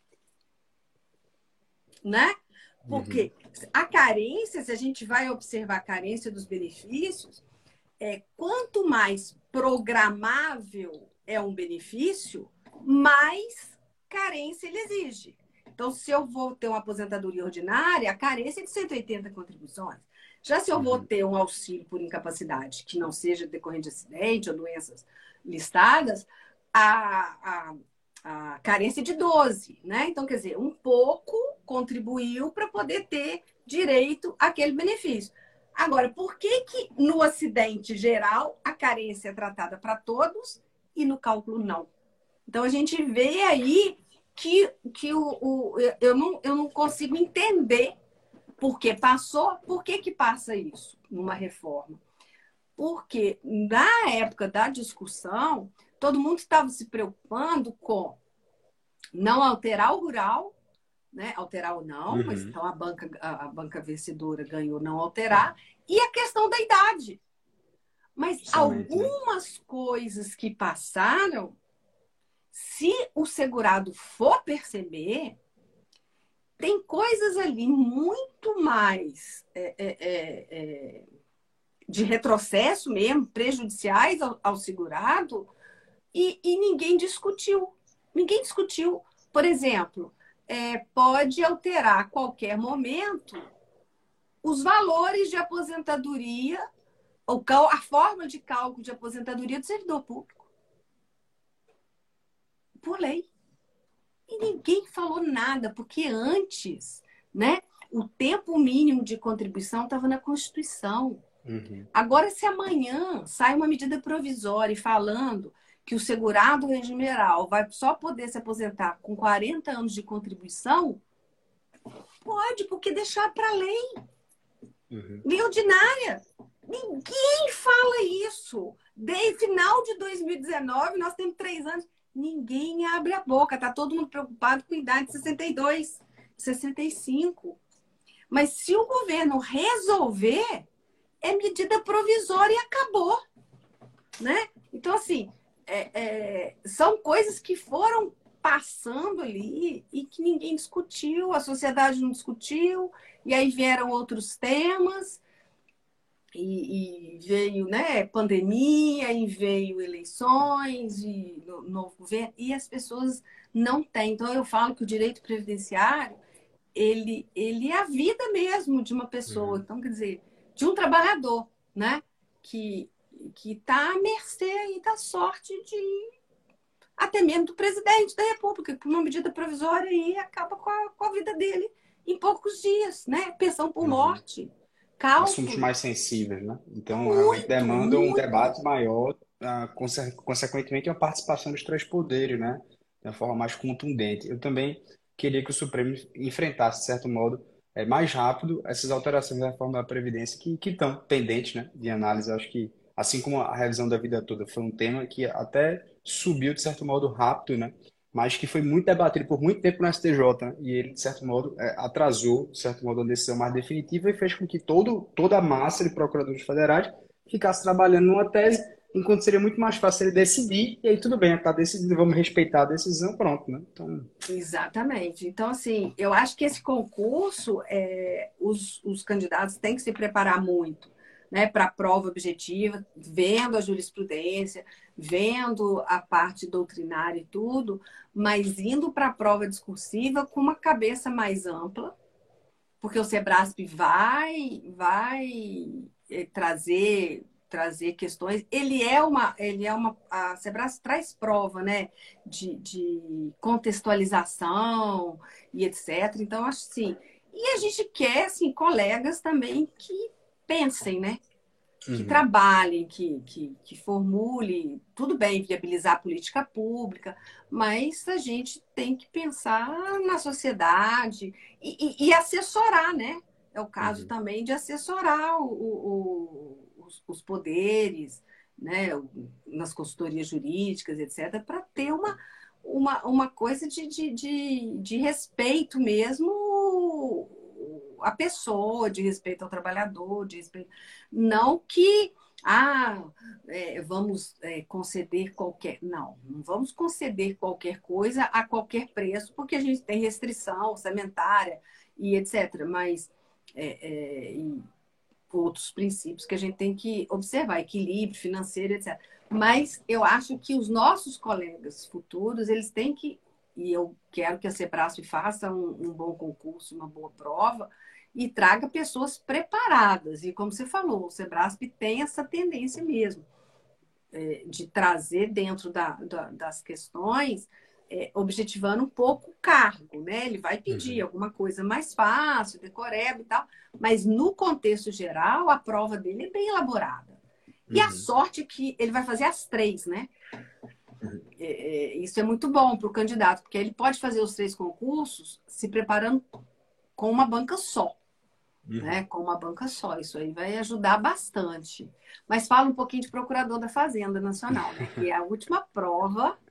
Né? uhum, Porque a carência, se a gente vai observar a carência dos benefícios, é quanto mais programável é um benefício, mais carência ele exige. Então, se eu vou ter uma aposentadoria ordinária, a carência é de cento e oitenta contribuições. Já se eu vou uhum, ter um auxílio por incapacidade, que não seja decorrente de acidente ou doenças listadas, a, a, a carência é de doze, né? Então, quer dizer, um pouco contribuiu para poder ter direito àquele benefício. Agora, por que que no acidente geral a carência é tratada para todos e no cálculo não? Então, a gente vê aí que, que o, o, eu, não, eu não consigo entender por que passou, por que que passa isso numa reforma. Porque na época da discussão, todo mundo estava se preocupando com não alterar o rural, né? Alterar ou não, mas Uhum. então a banca, a, a banca vencedora ganhou não alterar, e a questão da idade. Mas Somente, né? algumas coisas que passaram, se o segurado for perceber, tem coisas ali muito mais é, é, é, é, de retrocesso mesmo, prejudiciais ao, ao segurado, e, e ninguém discutiu. Ninguém discutiu. Por exemplo, é, pode alterar a qualquer momento os valores de aposentadoria, ou a forma de cálculo de aposentadoria do servidor público, por lei. E ninguém falou nada, porque antes, né, o tempo mínimo de contribuição estava na Constituição. Uhum. Agora, se amanhã sai uma medida provisória falando que o segurado regime geral vai só poder se aposentar com quarenta anos de contribuição, pode, porque deixar para lei, Uhum. lei ordinária. Ninguém fala isso. Desde final de dois mil e dezenove, nós temos três anos, ninguém abre a boca. Está todo mundo preocupado com a idade de sessenta e dois, sessenta e cinco. Mas se o governo resolver, é medida provisória e acabou, né? Então, assim, é, é, são coisas que foram passando ali e que ninguém discutiu, a sociedade não discutiu, e aí vieram outros temas, e, e veio, né, pandemia, e veio eleições, e no- novo governo, e as pessoas não têm. Então, eu falo que o direito previdenciário, ele, ele é a vida mesmo de uma pessoa. Uhum. Então, quer dizer, de um trabalhador, né? Que que está à mercê aí da sorte de até mesmo do presidente da República, que por uma medida provisória aí acaba com a, com a vida dele em poucos dias, né? Pensão por Uhum. morte, Assuntos cálculo, mais sensíveis, né? Então, realmente muito, demandam um muito. debate maior, ah, conse- consequentemente, uma participação dos três poderes, né? De uma forma mais contundente. Eu também queria que o Supremo enfrentasse, de certo modo, eh, mais rápido essas alterações da reforma da Previdência que, que estão pendentes, né, de análise. Eu acho que, assim como a revisão da vida toda foi um tema que até subiu, de certo modo, rápido, né? Mas que foi muito debatido por muito tempo no S T J, né? E ele, de certo modo, eh, atrasou, de certo modo, a decisão mais definitiva e fez com que todo, toda a massa de procuradores federais ficasse trabalhando numa tese, enquanto seria muito mais fácil ele decidir, e aí tudo bem, está decidido, vamos respeitar a decisão, pronto, né? Então, Exatamente. Então, assim, eu acho que esse concurso, é, os, os candidatos têm que se preparar muito, né, para a prova objetiva, vendo a jurisprudência, vendo a parte doutrinária e tudo, mas indo para a prova discursiva com uma cabeça mais ampla, porque o Sebrasp vai, vai eh, trazer trazer questões. Ele é uma, ele é uma, a Sebrasp traz prova, né, de, de contextualização e etcétera. Então, acho assim, e a gente quer, assim, colegas também que pensem, né? Que uhum, trabalhem, que, que, que formule, tudo bem, viabilizar a política pública, mas a gente tem que pensar na sociedade e, e, e assessorar, né? É o caso uhum, também de assessorar o, o, os, os poderes, né? Nas consultorias jurídicas, etcétera, para ter uma, uma, uma coisa de, de, de, de respeito mesmo à pessoa, de respeito ao trabalhador, de respeito não que ah, é, vamos é, conceder qualquer. Não, não vamos conceder qualquer coisa a qualquer preço, porque a gente tem restrição orçamentária e etcétera. Mas é, é, e outros princípios que a gente tem que observar, equilíbrio financeiro, etcétera. Mas eu acho que os nossos colegas futuros, eles têm que, e eu quero que a Sebrasp faça um, um bom concurso, uma boa prova, e traga pessoas preparadas. E como você falou, o Sebrasp tem essa tendência mesmo, é, de trazer dentro da, da, das questões, é, objetivando um pouco o cargo, né? Ele vai pedir uhum, alguma coisa mais fácil, decoreba e tal, mas no contexto geral, a prova dele é bem elaborada. E a uhum, sorte é que ele vai fazer as três, né? uhum, É, é, isso é muito bom para o candidato, porque ele pode fazer os três concursos se preparando com uma banca só, né? uhum. Com uma banca só. Isso aí vai ajudar bastante. Mas fala um pouquinho de procurador da Fazenda Nacional, né? Que é a última prova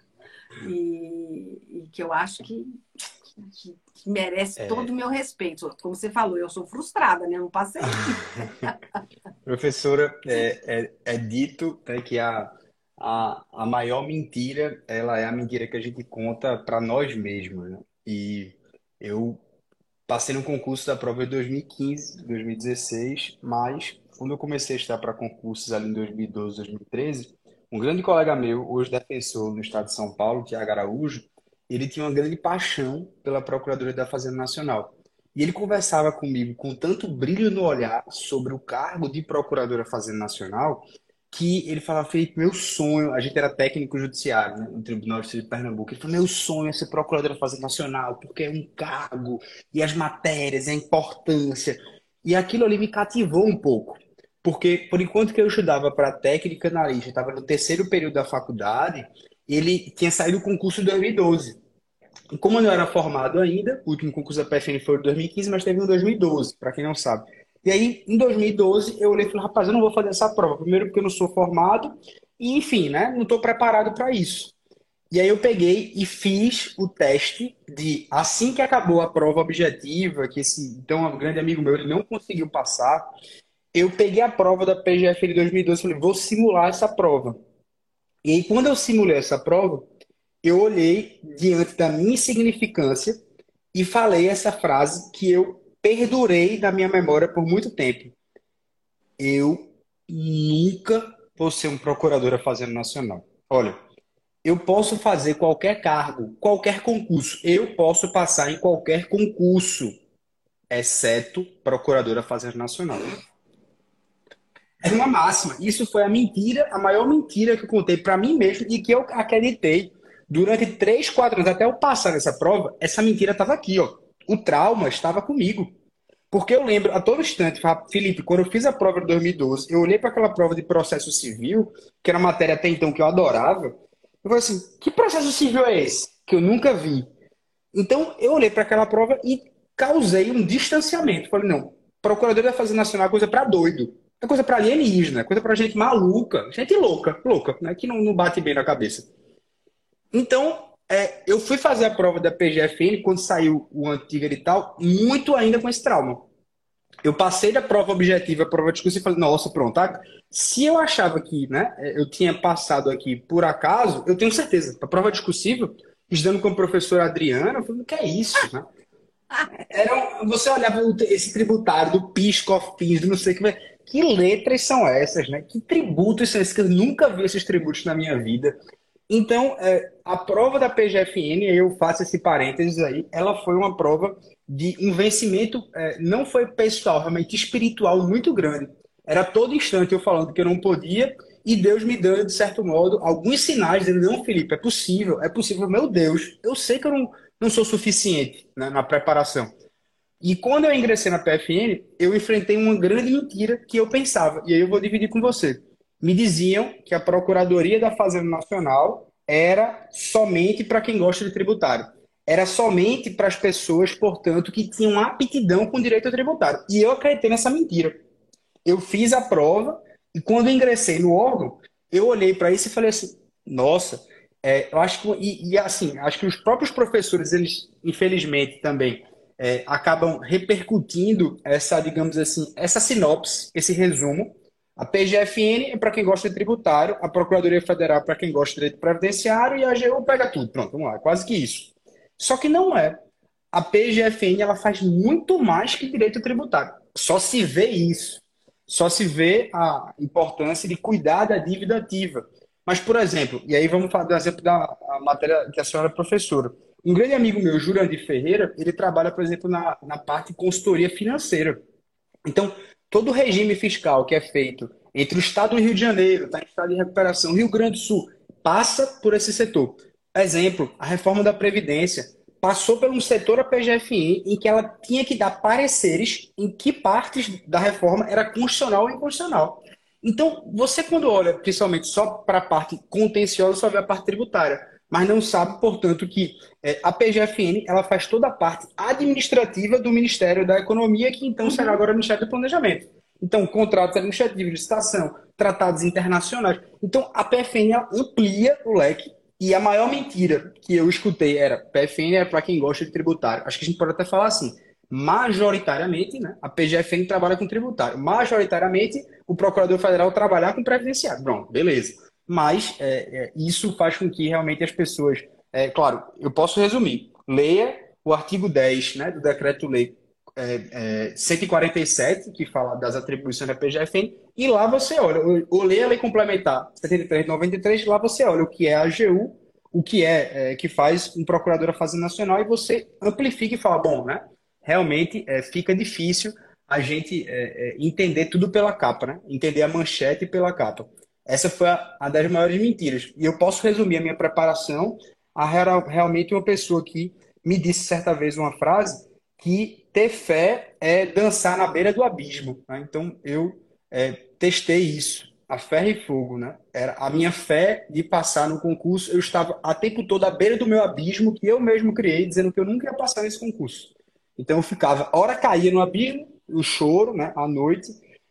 e, e que eu acho que, que, que merece todo o É, meu respeito. Como você falou, eu sou frustrada, né? Eu não passei. professora, é, é, é dito, né, que a, a, a maior mentira, ela é a mentira que a gente conta para nós mesmos, né? E eu passei no concurso da prova de dois mil e quinze, dois mil e dezesseis, mas quando eu comecei a estudar para concursos ali em dois mil e doze, dois mil e treze, um grande colega meu, hoje defensor no estado de São Paulo, Tiago Araújo, ele tinha uma grande paixão pela Procuradoria da Fazenda Nacional. E ele conversava comigo com tanto brilho no olhar sobre o cargo de Procurador da Fazenda Nacional, que ele falava, Felipe, meu sonho, a gente era técnico judiciário, né, no Tribunal de Justiça de Pernambuco, ele falou, meu sonho é ser Procurador da Fazenda Nacional, porque é um cargo, e as matérias, a importância. E aquilo ali me cativou um pouco. Porque, por enquanto que eu estudava para técnico analista, estava no terceiro período da faculdade, ele tinha saído do concurso em dois mil e doze. E como eu não era formado ainda, o último concurso da P F N foi em dois mil e quinze, mas teve em dois mil e doze, para quem não sabe. E aí, em dois mil e doze, eu olhei e falei, rapaz, eu não vou fazer essa prova. Primeiro porque eu não sou formado, e enfim, né? Não estou preparado para isso. E aí eu peguei e fiz o teste de, assim que acabou a prova objetiva, que esse então um grande amigo meu ele não conseguiu passar, eu peguei a prova da P G F de dois mil e doze e falei, vou simular essa prova. E aí quando eu simulei essa prova, eu olhei diante da minha insignificância e falei essa frase que eu perdurei na minha memória por muito tempo. Eu nunca vou ser um procurador da Fazenda Nacional. Olha, eu posso fazer qualquer cargo, qualquer concurso. Eu posso passar em qualquer concurso, exceto procurador da Fazenda Nacional. É uma máxima. Isso foi a mentira, a maior mentira que eu contei para mim mesmo e que eu acreditei durante três, quatro anos. Até eu passar nessa prova, essa mentira estava aqui, ó. O trauma estava comigo. Porque eu lembro a todo instante, falava, Felipe, quando eu fiz a prova de dois mil e doze, eu olhei para aquela prova de processo civil, que era uma matéria até então que eu adorava. Eu falei assim: que processo civil é esse? Que eu nunca vi. Então, eu olhei para aquela prova e causei um distanciamento. Falei: não, procurador da Fazenda Nacional é coisa para doido. É coisa para alienígena, é coisa para gente maluca, gente louca, louca, né? Que não, não bate bem na cabeça. Então, é, eu fui fazer a prova da P G F N quando saiu o antigo e tal, muito ainda com esse trauma. Eu passei da prova objetiva, a prova discursiva e falei, nossa, pronto, tá? Se eu achava que, né, eu tinha passado aqui por acaso, eu tenho certeza. A prova discursiva, estudando com a professora Adriana, eu falei, o que é isso, né? Era, um- você olhava o- esse tributário do PIS, COFINS, do não sei o que, mas que letras são essas, né? Que tributos são esses que eu nunca vi esses tributos na minha vida. Então, é, a prova da P G F N, eu faço esse parênteses aí, ela foi uma prova de um vencimento, é, não foi pessoal, realmente espiritual muito grande. Era todo instante eu falando que eu não podia e Deus me dando, de certo modo, alguns sinais, dizendo, não, Felipe, é possível, é possível, meu Deus, eu sei que eu não, não sou suficiente, né, na preparação. E quando eu ingressei na P F N, eu enfrentei uma grande mentira que eu pensava, e aí eu vou dividir com você. Me diziam que a Procuradoria da Fazenda Nacional era somente para quem gosta de tributário. Era somente para as pessoas, portanto, que tinham aptidão com direito tributário. E eu acreditei nessa mentira. Eu fiz a prova e quando eu ingressei no órgão, eu olhei para isso e falei assim: nossa, é, eu acho que, e, e, assim, acho que os próprios professores, eles, infelizmente, também é, acabam repercutindo essa, digamos assim, essa sinopse, esse resumo. A P G F N é para quem gosta de tributário, a Procuradoria Federal é para quem gosta de direito previdenciário e a A G U pega tudo. Pronto, vamos lá, quase que isso. Só que não é. A P G F N ela faz muito mais que direito tributário. Só se vê isso. Só se vê a importância de cuidar da dívida ativa. Mas, por exemplo, e aí vamos falar do exemplo da a matéria que a senhora é professora. Um grande amigo meu, Jurandir Ferreira, ele trabalha, por exemplo, na, na parte de consultoria financeira. Então, todo o regime fiscal que é feito entre o Estado do Rio de Janeiro, está em estado de recuperação, Rio Grande do Sul, passa por esse setor. Exemplo, a reforma da Previdência passou por um setor da P G F N em que ela tinha que dar pareceres em que partes da reforma era constitucional ou inconstitucional. Então, você quando olha, principalmente só para a parte contenciosa, só vê a parte tributária, mas não sabe, portanto, que é, a P G F N ela faz toda a parte administrativa do Ministério da Economia, que então será Uhum. agora o Ministério do Planejamento. Então, contratos administrativos, licitação, tratados internacionais. Então, a P F N ela amplia o leque E a maior mentira que eu escutei era P F N é para quem gosta de tributário. Acho que a gente pode até falar assim, majoritariamente, né, a P G F N trabalha com tributário. Majoritariamente, o Procurador Federal trabalhar com previdenciário. Pronto, beleza. Mas é, é, isso faz com que realmente as pessoas... É, claro, eu posso resumir. Leia o artigo dez, né, do Decreto-Lei é, é, cento e quarenta e sete, que fala das atribuições da P G F N, e lá você olha, ou, ou lê a Lei Complementar setenta e três de noventa e três, lá você olha o que é a AGU, o que é, é que faz um procurador da Fazenda Nacional, e você amplifica e fala, bom, né, realmente é, fica difícil a gente é, é, entender tudo pela capa, né? Entender a manchete pela capa. Essa foi a, a das maiores mentiras. E eu posso resumir a minha preparação a real- realmente uma pessoa que me disse certa vez uma frase que ter fé é dançar na beira do abismo, né? Então eu é, testei isso, a ferro e fogo, né? Era a minha fé de passar no concurso. Eu estava a tempo todo à beira do meu abismo que eu mesmo criei, dizendo que eu nunca ia passar nesse concurso. Então eu ficava, a hora caía no abismo, o choro, né, à noite,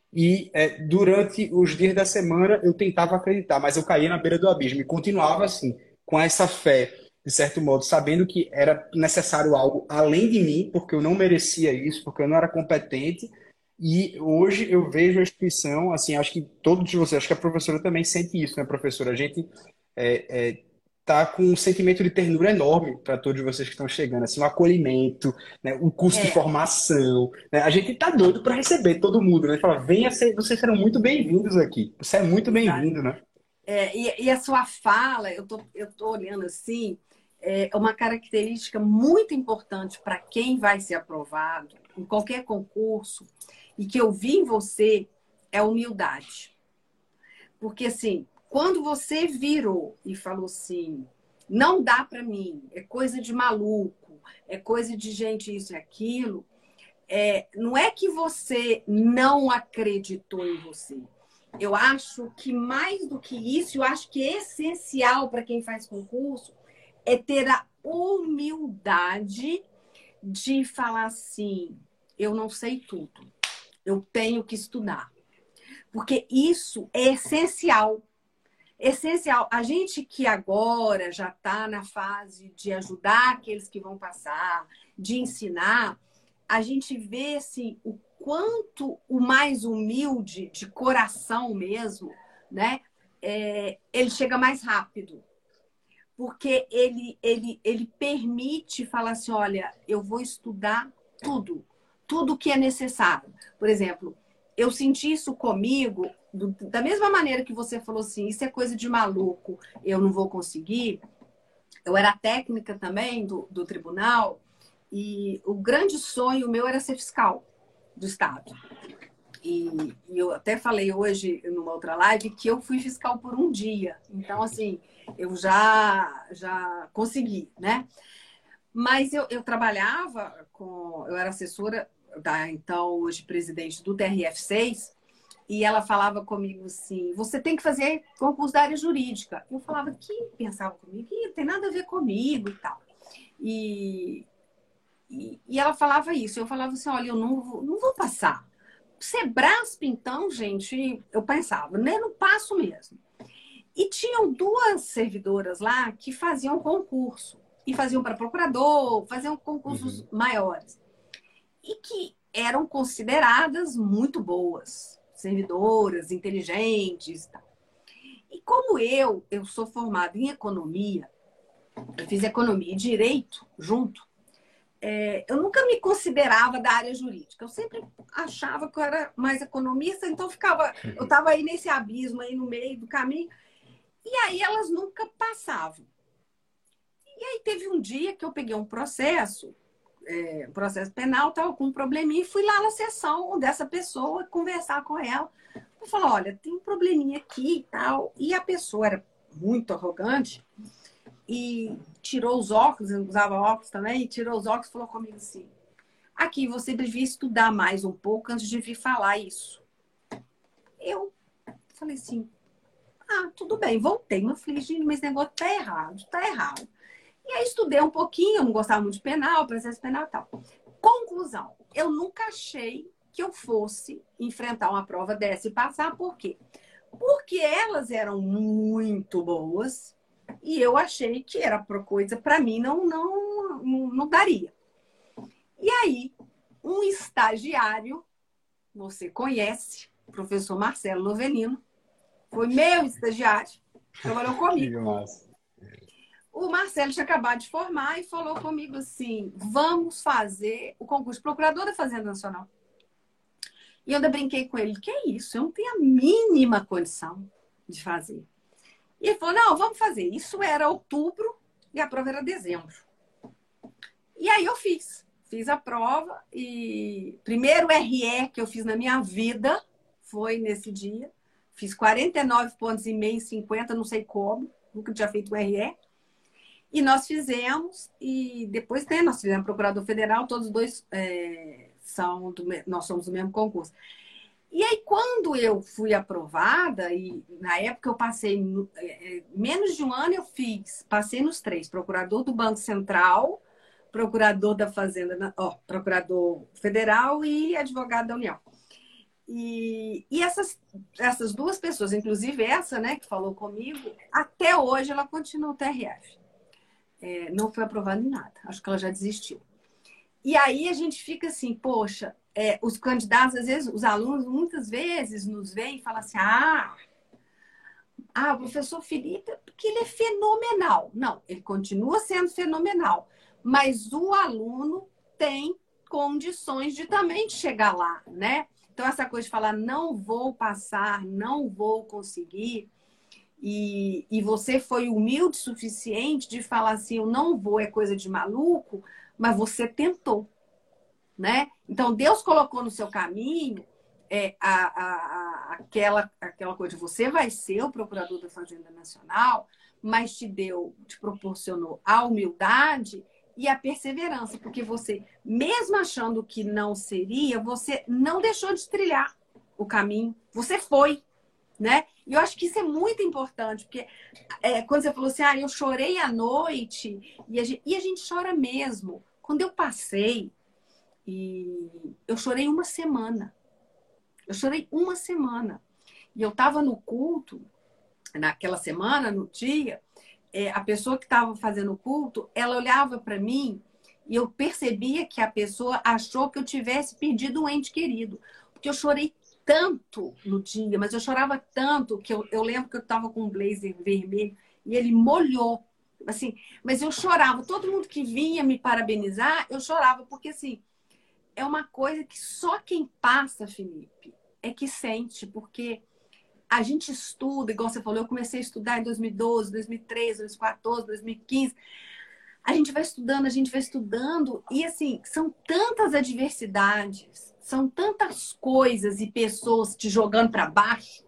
e é, durante os dias da semana eu tentava acreditar, mas eu caía na beira do abismo e continuava assim, com essa fé, de certo modo, sabendo que era necessário algo além de mim, porque eu não merecia isso, porque eu não era competente. E hoje eu vejo a instituição, assim, acho que todos vocês, acho que a professora também sente isso, né, professora? A gente é, é, tá com um sentimento de ternura enorme para todos vocês que estão chegando, assim, o acolhimento, né, o curso de É, formação, né? A gente tá doido para receber todo mundo, né? Fala, venha ser, vocês serão muito bem-vindos aqui. Você é muito exato. bem-vindo, né? É, e, e a sua fala, eu tô, eu tô olhando assim, é uma característica muito importante para quem vai ser aprovado em qualquer concurso e que eu vi em você é a humildade. Porque assim, quando você virou e falou assim, não dá para mim, é coisa de maluco, é coisa de gente isso e aquilo, é, não é que você não acreditou em você. Eu acho que mais do que isso, eu acho que é essencial para quem faz concurso é ter a humildade de falar assim: eu não sei tudo, eu tenho que estudar. Porque isso é essencial. Essencial. A gente que agora já está na fase de ajudar aqueles que vão passar, de ensinar, a gente vê assim, o quanto o mais humilde, de coração mesmo, né? É, ele chega mais rápido. Porque ele, ele, ele permite falar assim: olha, eu vou estudar tudo, tudo que é necessário. Por exemplo, eu senti isso comigo, do, da mesma maneira que você falou assim: isso é coisa de maluco, eu não vou conseguir. Eu era técnica também do, do tribunal, e o grande sonho meu era ser fiscal do Estado. E, e eu até falei hoje, numa outra live, que eu fui fiscal por um dia. Então, assim, eu já, já consegui, né? Mas eu, eu trabalhava com... Eu era assessora da, então, hoje, presidente do T R F seis, e ela falava comigo assim, você tem que fazer concurso da área jurídica. Eu falava, que pensava comigo, que não tem nada a ver comigo e tal. E, e, e ela falava isso. Eu falava assim, olha, eu não vou, não vou passar. Sebrasp, então, gente, eu pensava, né? Não passo mesmo. E tinham duas servidoras lá que faziam concurso. E faziam para procurador, faziam concursos Uhum. maiores. E que eram consideradas muito boas. Servidoras, inteligentes e tal. E como eu, eu sou formada em economia, eu fiz economia e direito junto, é, eu nunca me considerava da área jurídica. Eu sempre achava que eu era mais economista, então ficava, eu estava aí nesse abismo aí no meio do caminho. E aí elas nunca passavam. E aí teve um dia que eu peguei um processo, é, um processo penal, estava com um probleminha, e fui lá na sessão dessa pessoa conversar com ela. Eu falei, olha, tem um probleminha aqui e tal. E a pessoa era muito arrogante e tirou os óculos, eu usava óculos também, tirou os óculos e falou comigo assim, aqui, você devia estudar mais um pouco antes de vir falar isso. Eu falei assim, ah, tudo bem, voltei. Mas eu falei, gente, mas esse negócio tá errado, tá errado. E aí estudei um pouquinho, eu não gostava muito de penal, processo penal e tal. Conclusão, eu nunca achei que eu fosse enfrentar uma prova dessa e passar. Por quê? Porque elas eram muito boas, E eu achei que era para coisa, para mim, não, não, não, não daria. E aí, um estagiário, você conhece, o professor Marcelo Novelino, foi meu estagiário, trabalhou Que comigo. massa. O Marcelo tinha acabado de formar e falou comigo assim: vamos fazer o concurso de procurador da Fazenda Nacional. E eu ainda brinquei com ele: que é isso? Eu não tenho a mínima condição de fazer. E ele falou: não, vamos fazer. Isso era outubro e a prova era dezembro. E aí eu fiz. Fiz a prova e primeiro R E que eu fiz na minha vida foi nesse dia. Fiz quarenta e nove pontos e meio em cinquenta, não sei como. Nunca tinha feito um R E. E nós fizemos, e depois né, nós fizemos procurador federal, todos dois é, são do, nós somos do mesmo concurso. E aí, quando eu fui aprovada, e na época eu passei é, menos de um ano, eu fiz, passei nos três: procurador do Banco Central, procurador da Fazenda, ó, procurador federal e advogado da União. E, e essas, essas duas pessoas, inclusive essa, né, que falou comigo, até hoje ela continua no T R F. É, não foi aprovada em nada. Acho que ela já desistiu. E aí a gente fica assim, poxa, é, os candidatos, às vezes, os alunos, muitas vezes nos veem e falam assim, ah, ah, o professor Felipe, porque ele é fenomenal. Não, ele continua sendo fenomenal, mas o aluno tem condições de também chegar lá, né? Então, essa coisa de falar, não vou passar, não vou conseguir, e, e você foi humilde o suficiente de falar assim, eu não vou, é coisa de maluco, mas você tentou, né? Então, Deus colocou no seu caminho é, a, a, a, aquela, aquela coisa de você vai ser o procurador da Fazenda Nacional, mas te deu, te proporcionou a humildade e a perseverança, porque você, mesmo achando que não seria, você não deixou de trilhar o caminho, você foi, né? E eu acho que isso é muito importante, porque é, quando você falou assim, ah, eu chorei à noite, e a gente, e a gente chora mesmo. Quando eu passei, e eu chorei uma semana. Eu chorei uma semana. E eu estava no culto, naquela semana, no dia, é, a pessoa que estava fazendo o culto, ela olhava para mim e eu percebia que a pessoa achou que eu tivesse perdido um ente querido. Porque eu chorei tanto no dia, mas eu chorava tanto que eu, eu lembro que eu estava com um blazer vermelho e ele molhou. Assim, mas eu chorava. Todo mundo que vinha me parabenizar, eu chorava, porque assim, é uma coisa que só quem passa, Felipe, é que sente, porque a gente estuda, igual você falou, eu comecei a estudar em dois mil e doze, dois mil e treze, dois mil e quatorze, dois mil e quinze. A gente vai estudando, a gente vai estudando, e assim, são tantas adversidades, são tantas coisas e pessoas te jogando para baixo,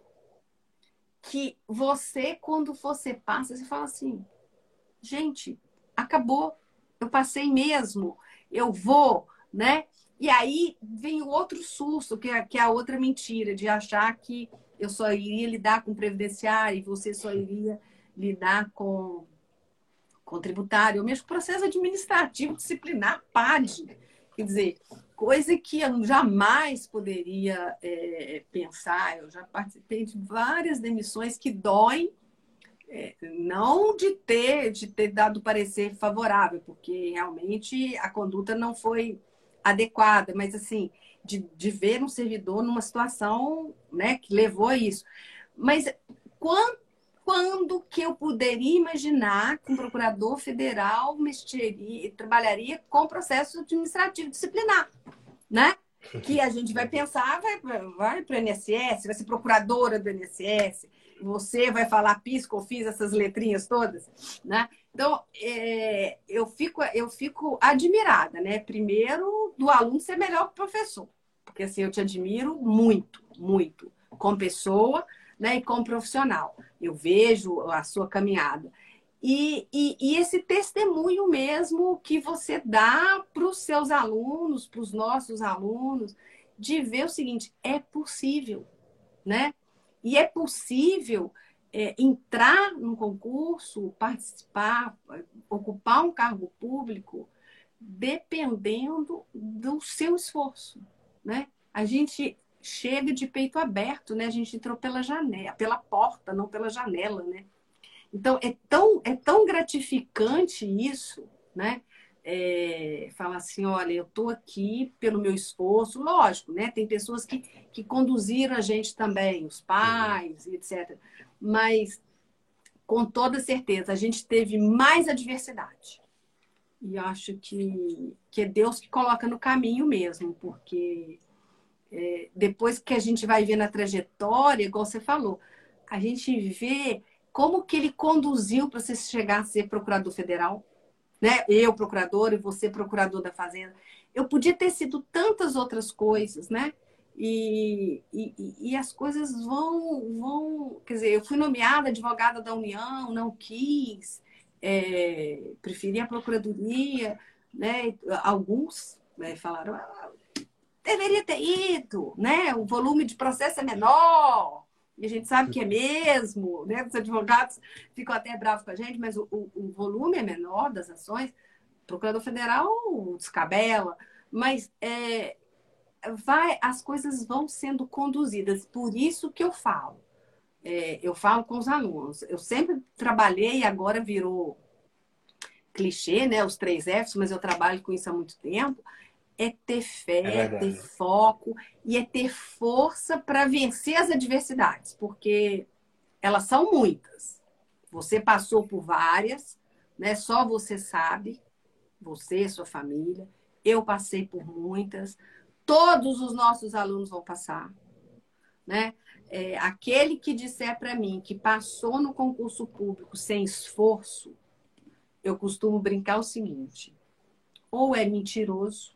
que você, quando você passa, você fala assim, gente, acabou, eu passei mesmo, eu vou, né? E aí vem o outro susto, que é, que é a outra mentira, de achar que eu só iria lidar com previdenciário e você só iria lidar com, com tributário, ou mesmo processo administrativo disciplinar, P A D. Quer dizer, coisa que eu jamais poderia é, pensar. Eu já participei de várias demissões que doem, é, não de ter, de ter dado parecer favorável, porque realmente a conduta não foi adequada, mas assim, de, de ver um servidor numa situação, né, que levou a isso. Mas quando, quando que eu poderia imaginar que um procurador federal mexeria, trabalharia com processo administrativo disciplinar, né? Que a gente vai pensar, vai, vai para o I N S S, vai ser procuradora do I N S S, você vai falar PIS, COFINS, essas letrinhas todas, né? Então, é, eu, fico, eu fico admirada, né? Primeiro, do aluno ser melhor que o professor, porque assim, eu te admiro muito, muito, como pessoa, né? E como profissional. Eu vejo a sua caminhada. E, e, e esse testemunho mesmo que você dá para os seus alunos, para os nossos alunos, de ver o seguinte, é possível, né? E é possível é, entrar num concurso, participar, ocupar um cargo público, dependendo do seu esforço, né? A gente chega de peito aberto, né? A gente entrou pela janela, pela porta, não pela janela, né? Então, é tão, é tão gratificante isso, né? É, falar assim, olha, eu estou aqui pelo meu esforço, lógico, né? Tem pessoas que, que conduziram a gente também, os Uhum. pais, etcétera. Mas, com toda certeza, a gente teve mais adversidade. E acho que, que é Deus que coloca no caminho mesmo, porque é, depois que a gente vai ver na trajetória, igual você falou, a gente vê como que ele conduziu para você chegar a ser procurador federal, né? Eu, procurador, e você, procurador da Fazenda. Eu podia ter sido tantas outras coisas, né? E, e, e as coisas vão, vão. Quer dizer, eu fui nomeada advogada da União, não quis, é, preferi a procuradoria, né? Alguns né, falaram, ah, deveria ter ido, né? O volume de processo é menor. E a gente sabe que é mesmo, né? Os advogados ficam até bravos com a gente, mas o, o, o volume é menor das ações. O procurador federal descabela, mas é, vai, as coisas vão sendo conduzidas. Por isso que eu falo. É, eu falo com os alunos. Eu sempre trabalhei, agora virou clichê, né? Os três Fs, mas eu trabalho com isso há muito tempo. É ter É fé, é ter verdade. foco e é ter força para vencer as adversidades, porque elas são muitas. Você passou por várias, né? Só você sabe, você, sua família. Eu passei por muitas. Todos os nossos alunos vão passar, né? É, aquele que disser para mim que passou no concurso público sem esforço, eu costumo brincar o seguinte: ou é mentiroso,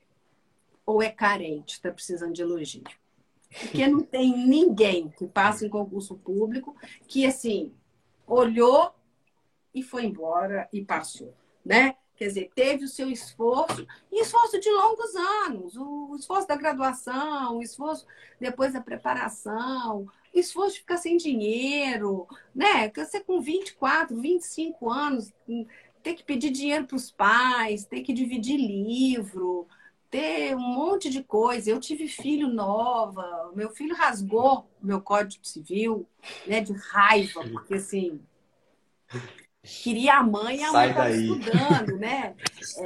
ou é carente, está precisando de elogio. Porque não tem ninguém que passa em concurso público que, assim, olhou e foi embora e passou, né? Quer dizer, teve o seu esforço, e esforço de longos anos, o esforço da graduação, o esforço depois da preparação, o esforço de ficar sem dinheiro, né? Que você com vinte e quatro, vinte e cinco anos, ter que pedir dinheiro para os pais, ter que dividir livro, ter um monte de coisa. Eu tive filho nova, meu filho rasgou meu Código Civil, né, de raiva, porque assim, queria a mãe e a mãe Sai estava daí. estudando, né?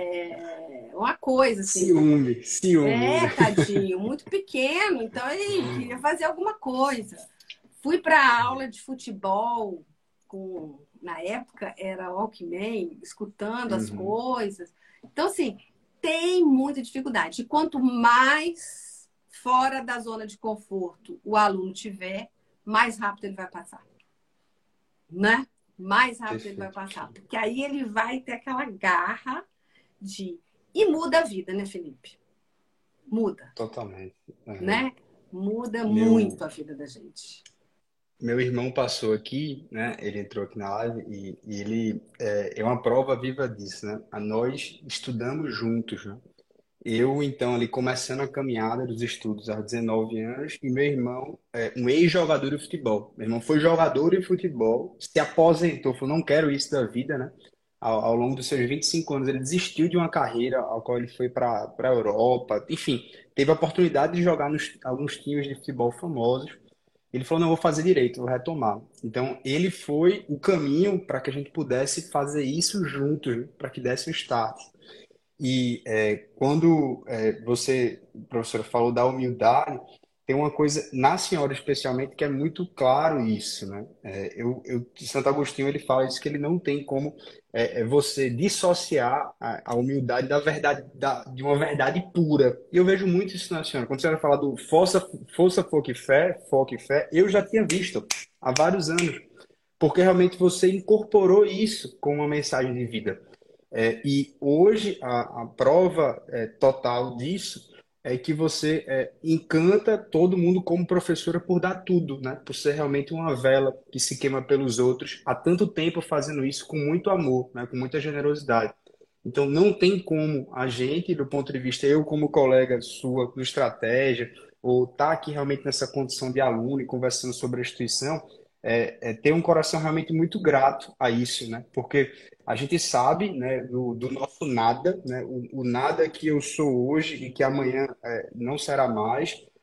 É uma coisa assim. Ciúme, ciúme, É, né? tadinho, muito pequeno, então ele queria fazer alguma coisa. Fui para a aula de futebol com, na época era Walkman, escutando as Uhum. coisas. Então, assim, tem muita dificuldade. E quanto mais fora da zona de conforto o aluno tiver, mais rápido ele vai passar, né? Mais rápido ele vai Perfeito. passar. Porque aí ele vai ter aquela garra de. E muda a vida, né, Felipe? Muda, Totalmente. Uhum. né? Muda Meu, muito a vida da gente. meu irmão passou aqui, né? Ele entrou aqui na live e, e ele é, é uma prova viva disso, né? A nós estudamos juntos, né? Eu, então, ali começando a caminhada dos estudos aos dezenove anos, e meu irmão, é, um ex-jogador de futebol. Meu irmão foi jogador de futebol, se aposentou, falou, não quero isso da vida, né? Ao, ao longo dos seus vinte e cinco anos, ele desistiu de uma carreira ao qual ele foi para para a Europa, enfim, teve a oportunidade de jogar nos alguns times de futebol famosos. Ele falou, não, vou fazer direito, vou retomar. Então, ele foi o caminho para que a gente pudesse fazer isso juntos, né? Para que desse o start. E é, quando é, você, professora, falou da humildade, tem uma coisa, na senhora especialmente, que é muito claro isso, né? É, eu, eu, Santo Agostinho, ele fala isso, que ele não tem como é, é, você dissociar a, a humildade da verdade, da, de uma verdade pura. E eu vejo muito isso na senhora. Quando a senhora fala do força, força, foco e fé, foco e fé, eu já tinha visto há vários anos, porque realmente você incorporou isso com uma mensagem de vida. É, e hoje a, a prova é, total disso é que você é, encanta todo mundo como professora por dar tudo, né? Por ser realmente uma vela que se queima pelos outros há tanto tempo fazendo isso com muito amor, né? Com muita generosidade. Então não tem como a gente, do ponto de vista eu como colega sua do estratégia, ou estar tá aqui realmente nessa condição de aluno e conversando sobre a instituição, é, é ter um coração realmente muito grato a isso, né? Porque a gente sabe, né, do, do nosso nada, né, o, o nada que eu sou hoje e que amanhã é, não será mais,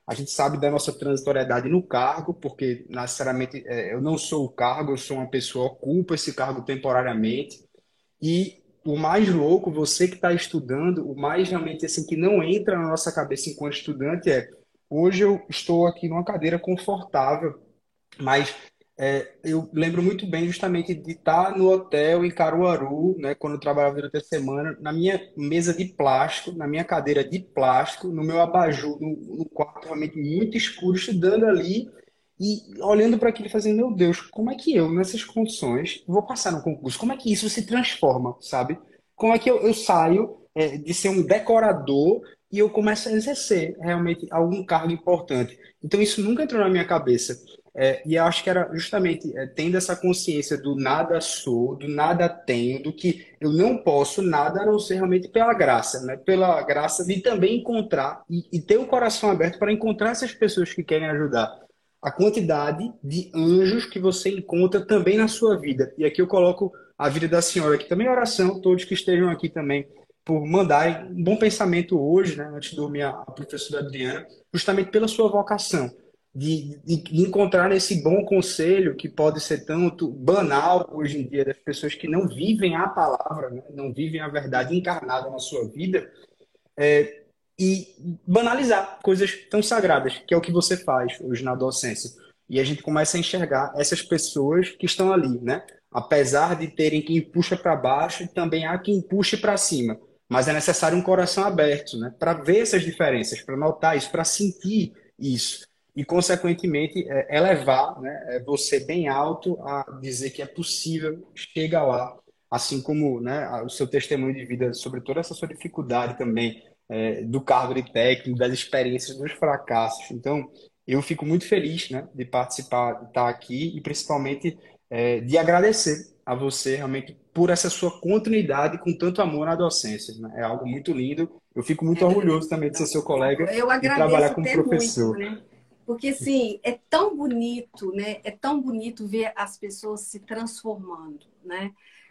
A gente sabe da nossa transitoriedade no cargo, porque necessariamente é, eu não sou o cargo, eu sou uma pessoa, ocupa esse cargo temporariamente. E o mais louco, você que está estudando, o mais realmente assim que não entra na nossa cabeça enquanto estudante é: hoje eu estou aqui numa cadeira confortável, mas é, eu lembro muito bem justamente de estar no hotel em Caruaru, né, quando eu trabalhava durante a semana, na minha mesa de plástico, na minha cadeira de plástico, no meu abajur, no, no quarto realmente muito escuro, estudando ali e olhando para aquilo e fazendo: meu Deus, como é que eu, nessas condições, vou passar no concurso? Como é que isso se transforma, sabe? Como é que eu, eu saio, é, de ser um decorador e eu começo a exercer realmente algum cargo importante? Então, isso nunca entrou na minha cabeça. É, e eu acho que era justamente é, tendo essa consciência do nada sou, do nada tenho, do que eu não posso nada a não ser realmente pela graça, né? Pela graça de também encontrar e, e ter o coração aberto para encontrar essas pessoas que querem ajudar. A quantidade de anjos que você encontra também na sua vida. E aqui eu coloco a vida da senhora aqui também em oração, todos que estejam aqui também, por mandarem um bom pensamento hoje, né? Antes de dormir, a a professora Adriana, justamente pela sua vocação de, de, de encontrar esse bom conselho que pode ser tanto banal hoje em dia das pessoas que não vivem a palavra, né? Não vivem a verdade encarnada na sua vida, e banalizar coisas tão sagradas, que é o que você faz hoje na docência. E a gente começa a enxergar essas pessoas que estão ali, né? Apesar de terem quem puxa para baixo, também há quem puxe para cima. Mas é necessário um coração aberto, né? Para ver essas diferenças, para notar isso, para sentir isso. E, consequentemente, é, elevar, né, é você bem alto a dizer que é possível, chega lá. Assim como, né, o seu testemunho de vida sobre toda essa sua dificuldade também, é, do cargo de técnico, das experiências, dos fracassos. Então, eu fico muito feliz, né, de participar, de estar aqui e principalmente é, de agradecer a você realmente por essa sua continuidade com tanto amor na docência, né? É algo muito lindo. Eu fico muito orgulhoso também de ser seu colega Eu e trabalhar agradeço como até muito, professor. né? Porque, assim, é tão bonito, né? É tão bonito ver as pessoas se transformando, né?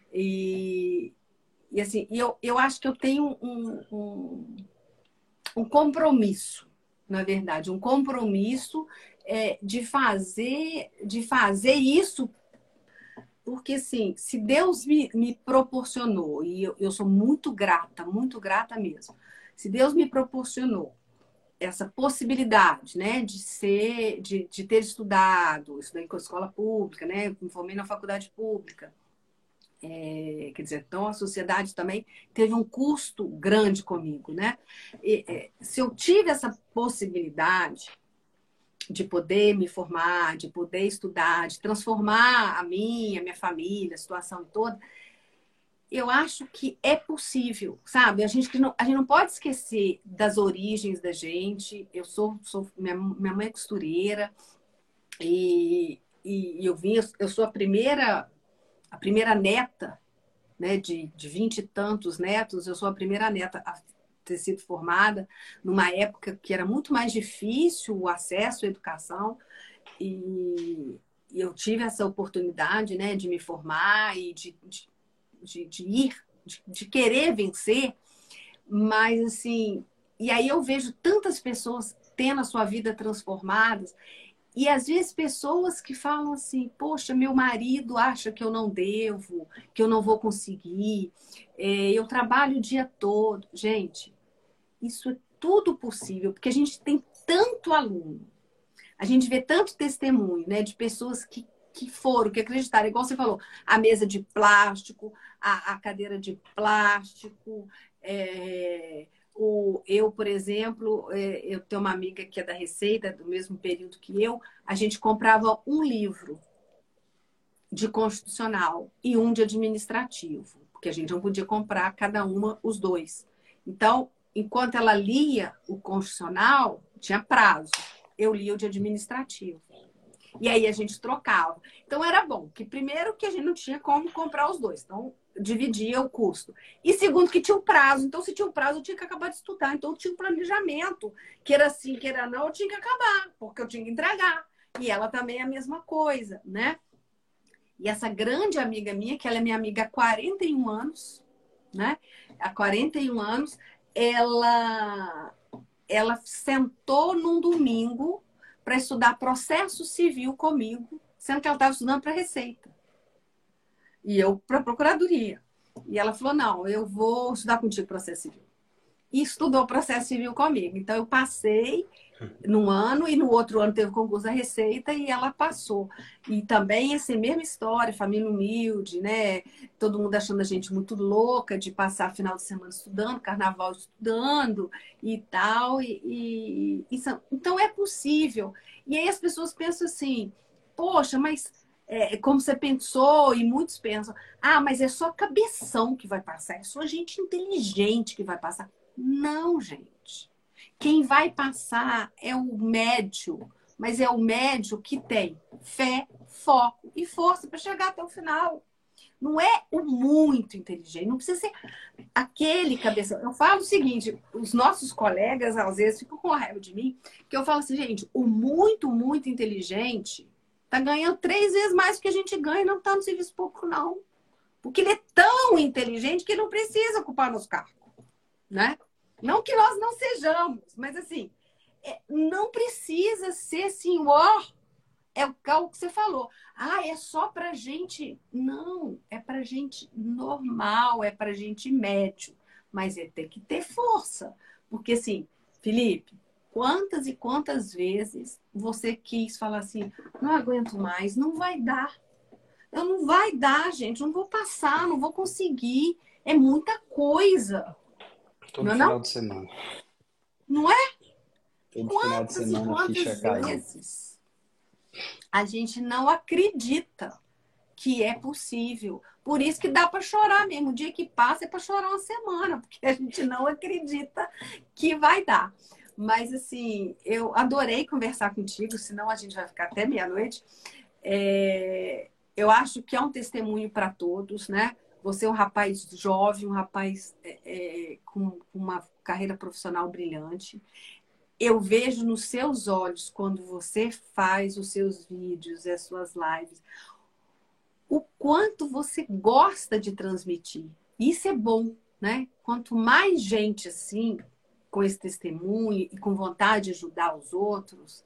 E, e assim, eu, eu acho que eu tenho um, um, um compromisso, na verdade, um compromisso é, de fazer, de fazer isso, porque, assim, se Deus me, me proporcionou, e eu, eu sou muito grata, muito grata mesmo, se Deus me proporcionou essa possibilidade, né, de ser, de, de ter estudado, estudei em escola pública, né, me formei na faculdade pública, é, quer dizer, então a sociedade também teve um custo grande comigo, né? E, é, se eu tive essa possibilidade de poder me formar, de poder estudar, de transformar a minha, a minha família, a situação toda, eu acho que é possível, sabe? A gente não, a gente não pode esquecer das origens da gente. Eu sou, sou minha, minha mãe é costureira e, e eu vim, eu sou a primeira, a primeira neta, né, de, de vinte e tantos netos. Eu sou a primeira neta a ter sido formada numa época que era muito mais difícil o acesso à educação e, e eu tive essa oportunidade, né, de me formar e de, de de, de ir, de, de querer vencer, mas assim, e aí eu vejo tantas pessoas tendo a sua vida transformadas, e às vezes pessoas que falam assim: poxa, meu marido acha que eu não devo, que eu não vou conseguir, é, eu trabalho o dia todo. Gente, isso é tudo possível, porque a gente tem tanto aluno, a gente vê tanto testemunho, né, de pessoas que, que foram, que acreditaram, igual você falou, a mesa de plástico, a, a cadeira de plástico, é, o, eu, por exemplo, é, eu tenho uma amiga que é da Receita, do mesmo período que eu, a gente comprava um livro de constitucional e um de administrativo, porque a gente não podia comprar cada uma os dois. Então, enquanto ela lia o constitucional, tinha prazo. Eu lia o de administrativo. E aí a gente trocava. Então era bom, que primeiro que a gente não tinha como comprar os dois. Então dividia o custo. E segundo que tinha um prazo. Então se tinha um prazo, eu tinha que acabar de estudar. Então eu tinha um planejamento. Que era assim, que era não, eu tinha que acabar. Porque eu tinha que entregar. E ela também é a mesma coisa, né? E essa grande amiga minha, que ela é minha amiga há quarenta e um anos, né? Há quarenta e um anos, ela... ela sentou num domingo para estudar processo civil comigo, sendo que ela estava estudando para Receita. E eu para Procuradoria. E ela falou, não, eu vou estudar contigo processo civil. E estudou processo civil comigo. Então, eu passei num ano e no outro ano teve o concurso da Receita e ela passou. E também, assim, mesma história, família humilde, né? Todo mundo achando a gente muito louca de passar final de semana estudando, carnaval estudando e tal. E, e, e são... Então, é possível. E aí as pessoas pensam assim, poxa, mas é, como você pensou, e muitos pensam, ah, mas é só cabeção que vai passar, é só gente inteligente que vai passar. Não, gente. Quem vai passar é o médio, mas é o médio que tem fé, foco e força para chegar até o final. Não é o muito inteligente, não precisa ser aquele cabeção. Eu falo o seguinte, os nossos colegas às vezes ficam com raiva de mim, que eu falo assim, gente, o muito, muito inteligente tá ganhando três vezes mais do que a gente ganha e não tá no serviço público, não. Porque ele é tão inteligente que ele não precisa ocupar nosso cargo, né? Não que nós não sejamos, mas assim, é, não precisa ser assim, ó, é o que você falou. Ah, é só pra gente. Não, é pra gente normal, é pra gente médio. Mas é ter que ter força. Porque assim, Felipe, quantas e quantas vezes você quis falar assim, não aguento mais, não vai dar. Eu não vai dar, gente, não vou passar, não vou conseguir. É muita coisa. Todo Não é final não? de semana. Não é? Todo final de Quantas e semana a ficha quantas caindo. vezes a gente não acredita que é possível. Por isso que dá para chorar mesmo. O dia que passa é para chorar uma semana, porque a gente não acredita que vai dar. Mas, assim, eu adorei conversar contigo, senão a gente vai ficar até meia-noite. É... Eu acho que é um testemunho para todos, né? Você é um rapaz jovem, um rapaz é, é, com uma carreira profissional brilhante. Eu vejo nos seus olhos, quando você faz os seus vídeos e as suas lives, o quanto você gosta de transmitir. Isso é bom, né? Quanto mais gente assim, com esse testemunho e com vontade de ajudar os outros,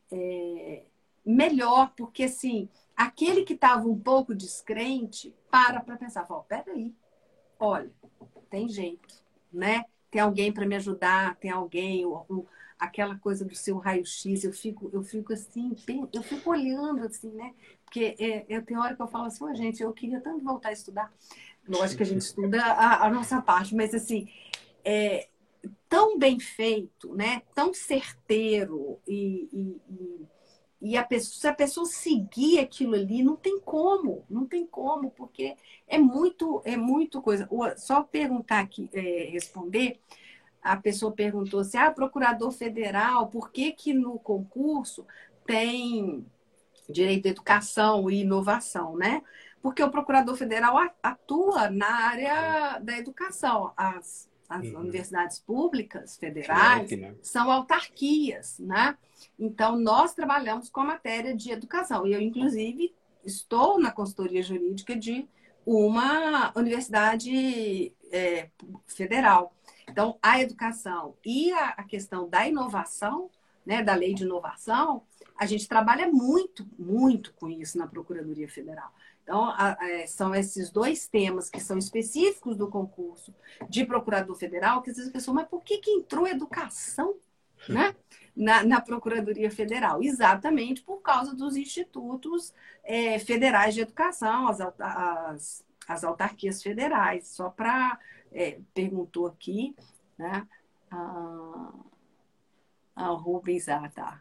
é melhor, porque assim, aquele que estava um pouco descrente, para para pensar, fala, peraí, olha, tem jeito, né? Tem alguém para me ajudar, tem alguém, o, o, aquela coisa do seu raio-x, eu fico, eu fico assim, eu fico olhando assim, né? Porque é, é, tem hora que eu falo assim, oh, gente, eu queria tanto voltar a estudar. Lógico que a gente estuda a, a nossa parte, mas assim, é tão bem feito, né? Tão certeiro e, e, e e a pessoa, se a pessoa seguir aquilo ali, não tem como, não tem como, porque é muito, é muito coisa. Só perguntar aqui, é, responder, a pessoa perguntou assim, ah, procurador federal, por que que no concurso tem direito à educação e inovação, né? Porque o procurador federal atua na área da educação. As, as Uhum. universidades públicas federais F I E P, né? são autarquias, né? Então, nós trabalhamos com a matéria de educação. E eu, inclusive, estou na consultoria jurídica de uma universidade é, federal. Então, a educação e a, a questão da inovação, né, da lei de inovação, a gente trabalha muito, muito com isso na Procuradoria Federal. Então, a, a, são esses dois temas que são específicos do concurso de procurador federal, que às vezes a pessoa, mas por que, que entrou educação, né, na, na Procuradoria Federal? Exatamente por causa dos institutos é, federais de educação, as, as, as autarquias federais. Só para, é, perguntou aqui, né, a, a Rubens, ah, tá.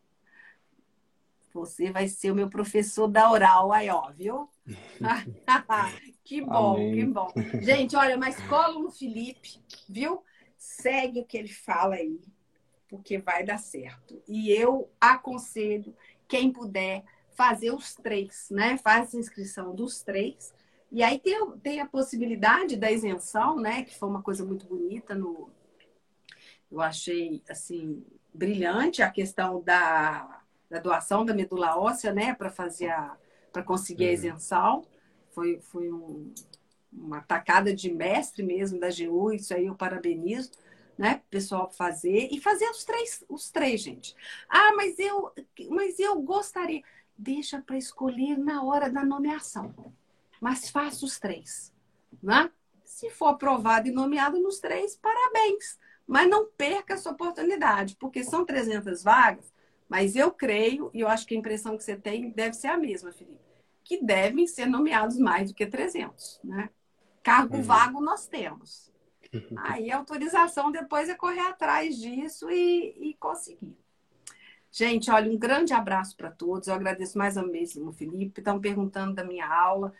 Você vai ser o meu professor da oral, aí, ó, viu? Que bom, que Amém. bom. Gente, olha, mas cola no Felipe, viu? Segue o que ele fala aí, porque vai dar certo. E eu aconselho quem puder fazer os três, né? Faz a inscrição dos três. E aí tem, tem a possibilidade da isenção, né? Que foi uma coisa muito bonita no... Eu achei, assim, brilhante a questão da, da doação da medula óssea, né? Para fazer a... para conseguir a Uhum. isenção. Foi, foi um, uma tacada de mestre mesmo da G U, isso aí eu parabenizo. né? Pessoal fazer e fazer os três, os três, gente. Ah, mas eu, mas eu gostaria. Deixa para escolher na hora da nomeação. Mas faça os três, né? Se for aprovado e nomeado nos três, parabéns. Mas não perca essa oportunidade, porque são trezentas vagas, mas eu creio, e eu acho que a impressão que você tem deve ser a mesma, Felipe, que devem ser nomeados mais do que trezentos, né? Cargo Uhum. vago nós temos. Aí a autorização depois é correr atrás disso e, e conseguir. Gente, olha, um grande abraço para todos. Eu agradeço mais uma vez, Felipe. Estão perguntando da minha aula.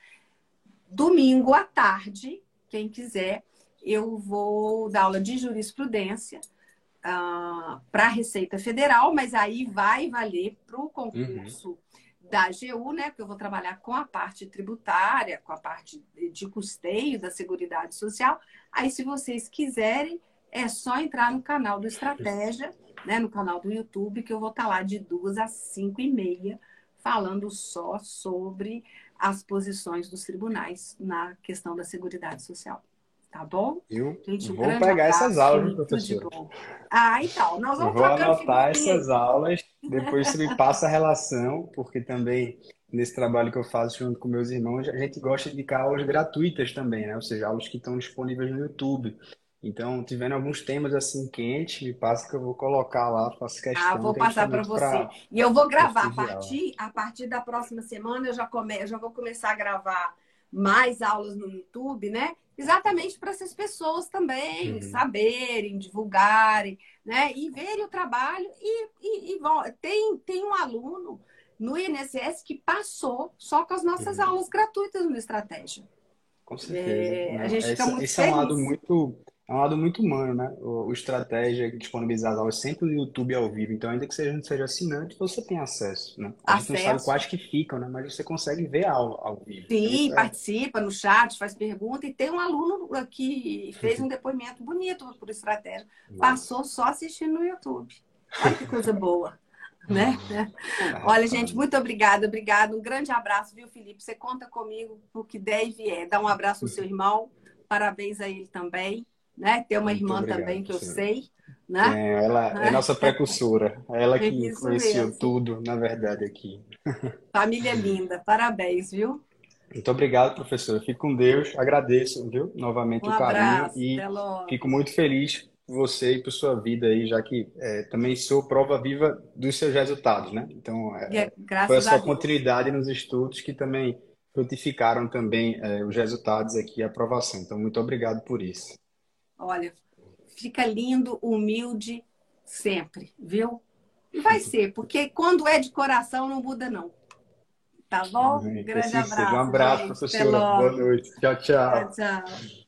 Domingo à tarde, quem quiser, eu vou dar aula de jurisprudência uh, para a Receita Federal, mas aí vai valer para o concurso uhum. da A G U, né? Porque eu vou trabalhar com a parte tributária, com a parte de custeio da Seguridade Social. Aí, se vocês quiserem, é só entrar no canal do Estratégia, né? No canal do YouTube, que eu vou estar lá de duas às cinco e meia, falando só sobre as posições dos tribunais na questão da Seguridade Social. Tá bom? Eu Gente, um vou grande pegar abraço, essas aulas, Felipe, tudo de professora. bom. Ah, então, nós vamos Eu vou trocando anotar figurinha. essas aulas, depois você me passa a relação, porque também nesse trabalho que eu faço junto com meus irmãos, a gente gosta de indicar aulas gratuitas também, né? Ou seja, aulas que estão disponíveis no YouTube. Então, tiverem alguns temas assim quentes, me passa que eu vou colocar lá, faço Ah, questão, vou que é passar para justamente você. para E eu vou gravar a prestigiar. partir, a partir da próxima semana, eu já, come, eu já vou começar a gravar mais aulas no YouTube, né? Exatamente para essas pessoas também Uhum. saberem, divulgarem, né? E verem o trabalho. E, e, e vão. Tem, tem um aluno no I N S S que passou só com as nossas Uhum. aulas gratuitas no Estratégia. Com certeza. É, a Não, gente fica essa, muito esse é um lado feliz. muito, é um lado muito humano, né? O, o estratégia que disponibiliza as aulas sempre no YouTube ao vivo. Então, ainda que seja, não seja assinante, você tem acesso, né? A gente não sabe Acesso. quais que ficam, né? Mas você consegue ver a aula ao vivo. Então, Sim, isso é... participa no chat, faz pergunta. E tem um aluno que fez um depoimento bonito por estratégia. Passou só assistindo no YouTube. Olha que coisa boa, né? Olha, gente, muito obrigada, obrigada. Um grande abraço, viu, Felipe? Você conta comigo pro que der e vier. Dá um abraço ao seu irmão. Parabéns a ele também, né? Tem uma Muito irmã obrigado, também que eu professora. sei, né? É, ela é nossa precursora. É ela É que isso influenciou mesmo. tudo, na verdade, aqui. Família linda. Parabéns, viu? Muito obrigado, professor. Fico com Deus. Agradeço, viu? Novamente Um o carinho abraço. e Até logo. fico muito feliz por você e por sua vida aí, já que é, também sou prova viva dos seus resultados, né? Então, é, foi a Graças a sua Deus. continuidade nos estudos que também frutificaram também é, os resultados aqui e a aprovação. Então, muito obrigado por isso. Olha, fica lindo, humilde sempre, viu? E vai ser, porque quando é de coração não muda, não. Tá bom? Amém. Que Grande assim seja. Um abraço, abraço, gente. Até professora. Boa logo. noite. Tchau, Tchau, tchau. tchau.